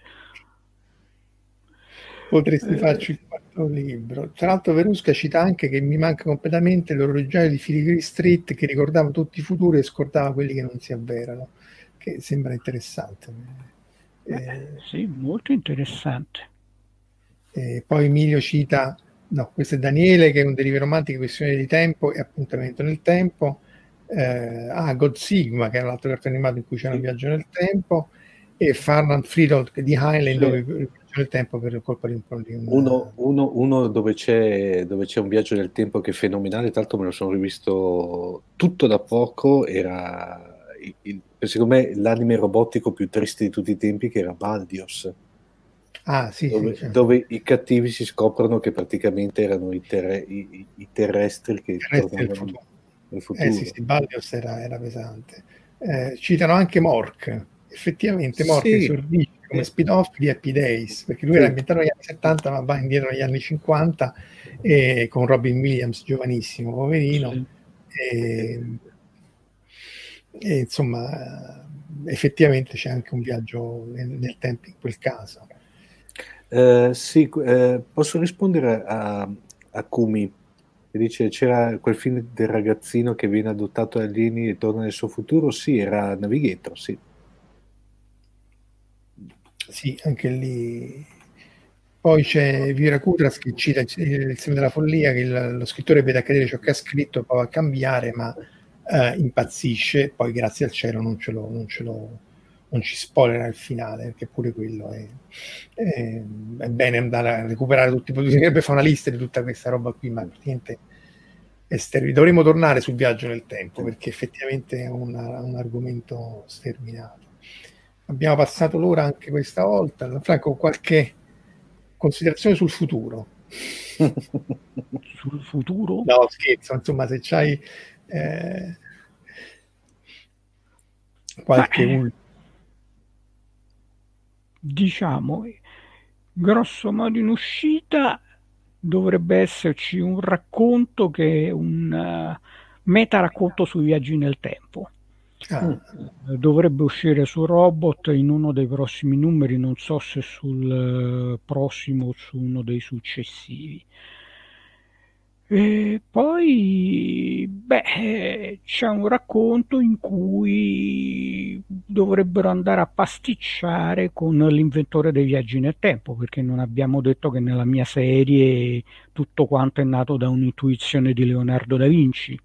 Potresti eh, farci il quarto libro. Tra l'altro Verusca cita anche che mi manca completamente l'originale di Filigree Street che ricordava tutti i futuri e scordava quelli che non si avverano, che sembra interessante. Eh, eh, sì, molto interessante. Eh, poi Emilio cita, no, questo è Daniele, che è un delirio romantico, questione di tempo e appuntamento nel tempo. Eh, ah, God Sigma, che era l'altro cartone animato in cui c'era un viaggio nel tempo, e Fernand Friedel di Heinlein, sì, dove viaggio nel tempo per colpa di un po' di un... Uno, uno, uno dove, c'è, dove c'è un viaggio nel tempo che è fenomenale, tra l'altro me lo sono rivisto tutto da poco, era il, il, secondo me l'anime robotico più triste di tutti i tempi, che era Baldios. Ah, sì, dove, sì, certo. Dove i cattivi si scoprono che praticamente erano i, terre, i, i terrestri che terrestri tornavano futuro. nel futuro. Eh sì, sì, Baldios era, era pesante. Eh, citano anche Mork, effettivamente Mork sì, esordisce come sì. spin-off di Happy Days, perché lui sì. era ambientato negli anni settanta ma va indietro negli anni cinquanta, e con Robin Williams giovanissimo, poverino. Sì. E, e insomma effettivamente c'è anche un viaggio nel, nel tempo in quel caso. Eh, sì, eh, posso rispondere a, a Kumi, che dice c'era quel film del ragazzino che viene adottato dagli alieni e torna nel suo futuro. Sì, era Navigator, sì. Sì, anche lì. Poi c'è Vira Kudras che cita il seme della follia, che il, lo scrittore vede accadere ciò che ha scritto, prova a cambiare, ma eh, impazzisce. Poi grazie al cielo non ce lo, non ce lo non ci spoilerà il finale, perché pure quello è, è, è bene andare a recuperare tutti. Bisognerebbe fare una lista di tutta questa roba qui, ma praticamente è sterminato. Dovremmo tornare sul viaggio nel tempo, perché effettivamente è una, un argomento sterminato. Abbiamo passato l'ora anche questa volta. Franco, qualche considerazione sul futuro? Sul futuro? No, scherzo, insomma, se c'hai eh, qualche Beh, ultimo. Diciamo, grosso modo in uscita dovrebbe esserci un racconto che è un uh, meta racconto sui viaggi nel tempo. Ah. Dovrebbe uscire su Robot in uno dei prossimi numeri, non so se sul uh, prossimo o su uno dei successivi. E poi beh, c'è un racconto in cui dovrebbero andare a pasticciare con l'inventore dei viaggi nel tempo, perché non abbiamo detto che nella mia serie tutto quanto è nato da un'intuizione di Leonardo da Vinci.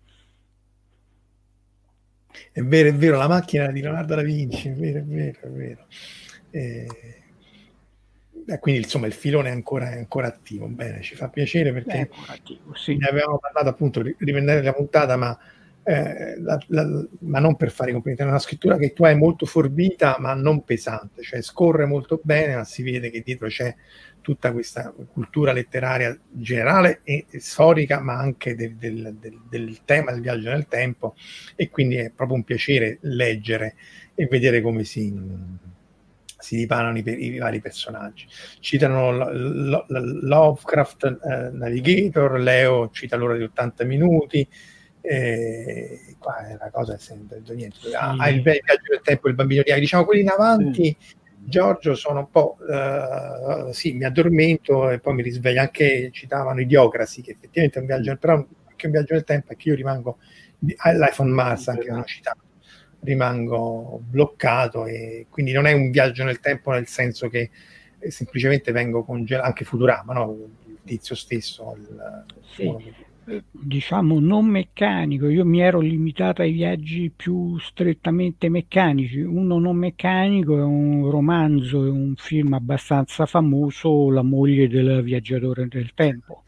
È vero, è vero, la macchina di Leonardo da Vinci, è vero, è vero, è vero. Eh... Quindi insomma il filone è ancora, è ancora attivo. Bene, ci fa piacere perché attivo, sì. ne avevamo parlato appunto di riprendere la puntata, ma, eh, la, la, ma non per fare i complimenti. È una scrittura che tu hai molto forbita ma non pesante, cioè scorre molto bene, ma si vede che dietro c'è tutta questa cultura letteraria generale e storica, ma anche del, del, del, del tema del viaggio nel tempo, e quindi è proprio un piacere leggere e vedere come si si dipanano i, i vari personaggi. Citano lo, lo, Lovecraft, eh, Navigator, Leo cita l'ora di ottanta minuti, E qua è una cosa sempre niente. Sì. Ha, ha il viaggio del tempo il bambino di diciamo quelli in avanti. Sì. Giorgio sono un po' uh, sì, mi addormento e poi mi risveglio. Anche citavano Idiocrasi, che effettivamente è un viaggio, però anche un viaggio del tempo è che io rimango Life on Mars, anche non citato, rimango bloccato, e quindi non è un viaggio nel tempo nel senso che eh, semplicemente vengo congelato. Anche Futurama, no? Il tizio stesso il, sì. Diciamo non meccanico, io mi ero limitato ai viaggi più strettamente meccanici. Uno non meccanico è un romanzo, è un film abbastanza famoso, La moglie del viaggiatore del tempo.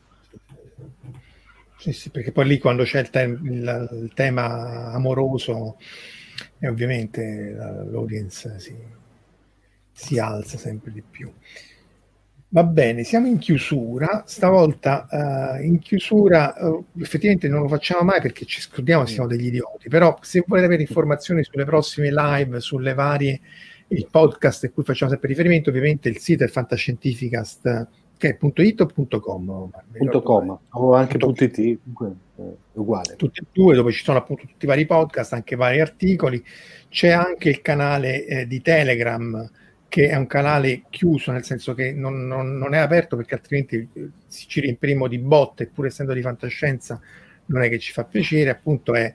Sì, sì, perché poi lì quando c'è il, te- il, il tema amoroso e ovviamente l'audience si, si alza sempre di più. Va bene, siamo in chiusura, stavolta uh, in chiusura uh, effettivamente non lo facciamo mai perché ci scordiamo che siamo degli idioti, però se volete avere informazioni sulle prossime live, sulle varie, il podcast a cui facciamo sempre riferimento, ovviamente il sito è Fantascientificast, che è .it o .com? .com, o anche .it, è uguale. Tutti e due, dove ci sono appunto tutti i vari podcast, anche vari articoli. C'è anche il canale eh, di Telegram, che è un canale chiuso, nel senso che non, non, non è aperto perché altrimenti ci riempiremo di bot, e pur essendo di fantascienza non è che ci fa piacere. Appunto è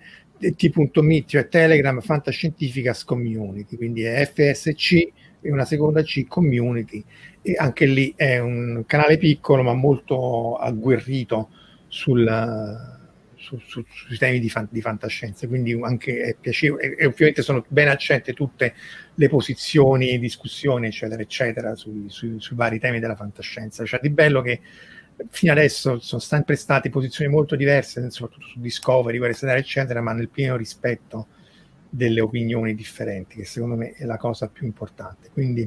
t.me, cioè Telegram Fantascientificas Community, quindi è F S C e una seconda C, Community, e anche lì è un canale piccolo ma molto agguerrito sul... Su, su, sui temi di, fan, di fantascienza, quindi anche è piacevole, e, e ovviamente sono ben accette tutte le posizioni, discussioni eccetera eccetera sui, sui, sui vari temi della fantascienza. Cioè di bello che fino adesso sono sempre state posizioni molto diverse, soprattutto su Discovery, Guerre Stellari eccetera, ma nel pieno rispetto delle opinioni differenti, che secondo me è la cosa più importante. Quindi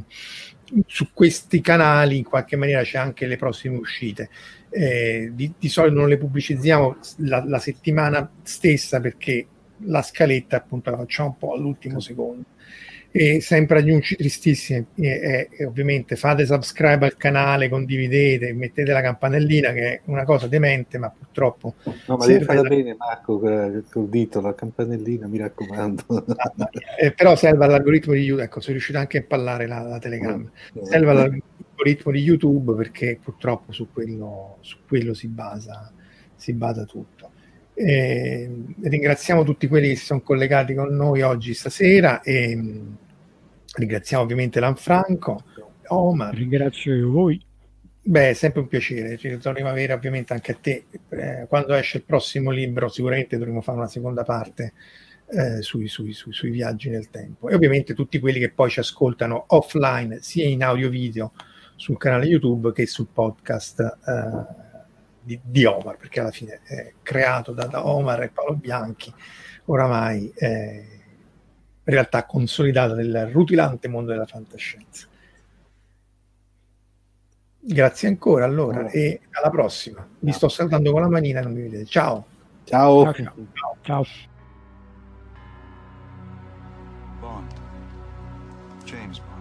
su questi canali in qualche maniera c'è anche le prossime uscite. Eh, di, di solito non le pubblicizziamo la, la settimana stessa perché la scaletta appunto la facciamo un po' all'ultimo secondo. E sempre annunci tristissimi, e, e ovviamente fate subscribe al canale, condividete, mettete la campanellina, che è una cosa demente ma purtroppo no, ma devi farla la... bene Marco col dito, la campanellina, mi raccomando. eh, però serve all'algoritmo di YouTube, ecco, sono riuscito anche a impallare la, la telecamera, no, serve no. all'algoritmo di YouTube perché purtroppo su quello, su quello si basa si basa tutto. Eh, ringraziamo tutti quelli che si sono collegati con noi oggi stasera, e mh, ringraziamo ovviamente Lanfranco, Omar. Ringrazio voi. Beh, è sempre un piacere, ci dovremo avere ovviamente anche a te. Eh, quando esce il prossimo libro sicuramente dovremo fare una seconda parte eh, sui, sui, sui, sui viaggi nel tempo, e ovviamente tutti quelli che poi ci ascoltano offline sia in audio video sul canale YouTube che sul podcast eh, Di, di Omar, perché alla fine è creato da, da Omar e Paolo Bianchi, oramai è in realtà consolidato nel rutilante mondo della fantascienza. Grazie ancora allora, e alla prossima. Vi sto salutando con la manina, non mi vedete. Ciao. Ciao. Ciao. Ciao. Bond. James Bond.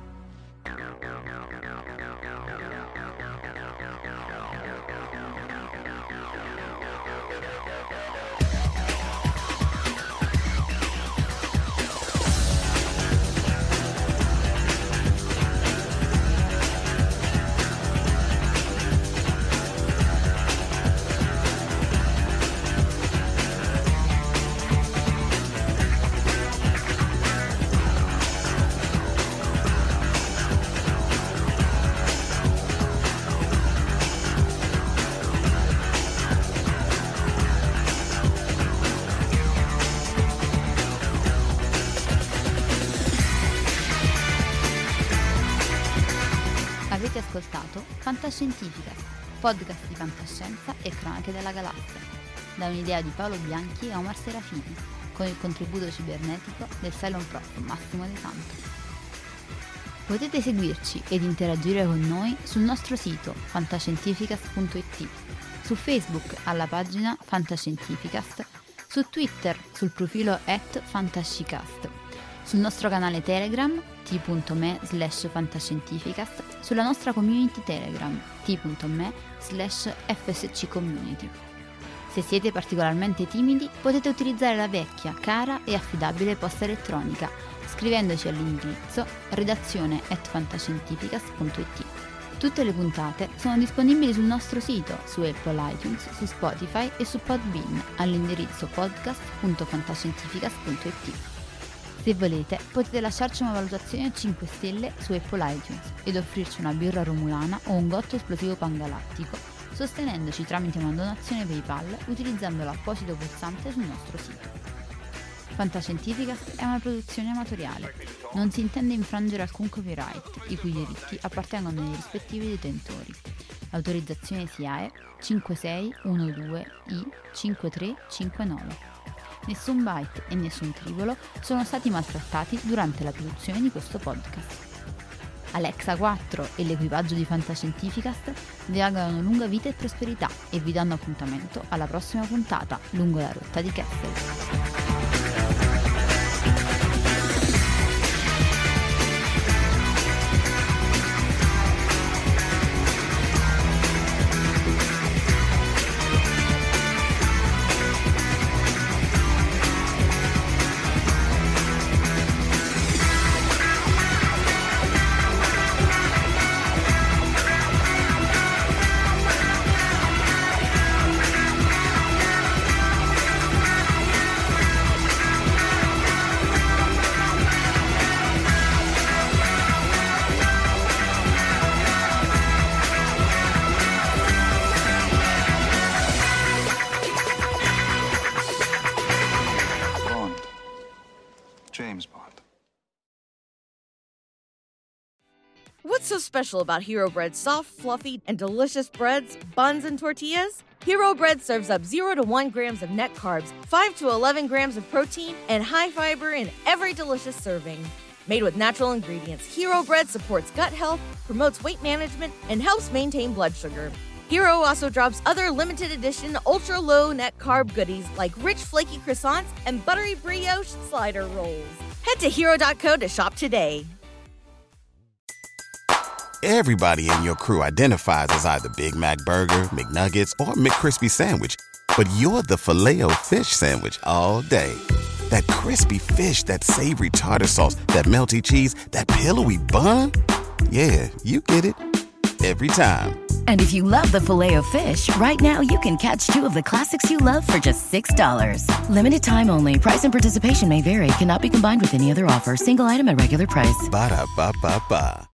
Ascoltato Fantascientificas, podcast di fantascienza e cronache della galassia, da un'idea di Paolo Bianchi e Omar Serafini, con il contributo cibernetico del Cylon Prof Massimo De Santo. Potete seguirci ed interagire con noi sul nostro sito fantascientificast punto it, su Facebook alla pagina Fantascientificast, su Twitter sul profilo at fantascicast, sul nostro canale Telegram t.me slash fantascientificast, sulla nostra community Telegram t.me slash fsccommunity. Se siete particolarmente timidi, potete utilizzare la vecchia, cara e affidabile posta elettronica, scrivendoci all'indirizzo redazione at fantascientificas punto it. Tutte le puntate sono disponibili sul nostro sito, su Apple iTunes, su Spotify e su Podbean, all'indirizzo podcast punto fantascientificas punto it. Se volete, potete lasciarci una valutazione a cinque stelle su Apple iTunes ed offrirci una birra romulana o un gotto esplosivo pangalattico, sostenendoci tramite una donazione PayPal utilizzando l'apposito pulsante sul nostro sito. Fantascientificast è una produzione amatoriale, non si intende infrangere alcun copyright, i cui diritti appartengono ai rispettivi detentori. L'autorizzazione S I A E cinque sei uno due I cinque tre cinque nove. Nessun byte e nessun tribolo sono stati maltrattati durante la produzione di questo podcast. Alexa quattro e l'equipaggio di Fantascientificast vi augurano lunga vita e prosperità e vi danno appuntamento alla prossima puntata lungo la rotta di Kessel. James Bond. What's so special about Hero Bread's soft, fluffy, and delicious breads, buns, and tortillas? Hero Bread serves up zero to one grams of net carbs, five to eleven grams of protein, and high fiber in every delicious serving. Made with natural ingredients, Hero Bread supports gut health, promotes weight management, and helps maintain blood sugar. Hero also drops other limited edition ultra-low net carb goodies like rich flaky croissants and buttery brioche slider rolls. Head to hero dot co to shop today. Everybody in your crew identifies as either Big Mac Burger, McNuggets, or McCrispy Sandwich. But you're the Filet-O-Fish Sandwich all day. That crispy fish, that savory tartar sauce, that melty cheese, that pillowy bun. Yeah, you get it. Every time. And if you love the Filet-O-Fish, right now you can catch two of the classics you love for just six dollars. Limited time only. Price and participation may vary. Cannot be combined with any other offer. Single item at regular price. Ba-da-ba-ba-ba.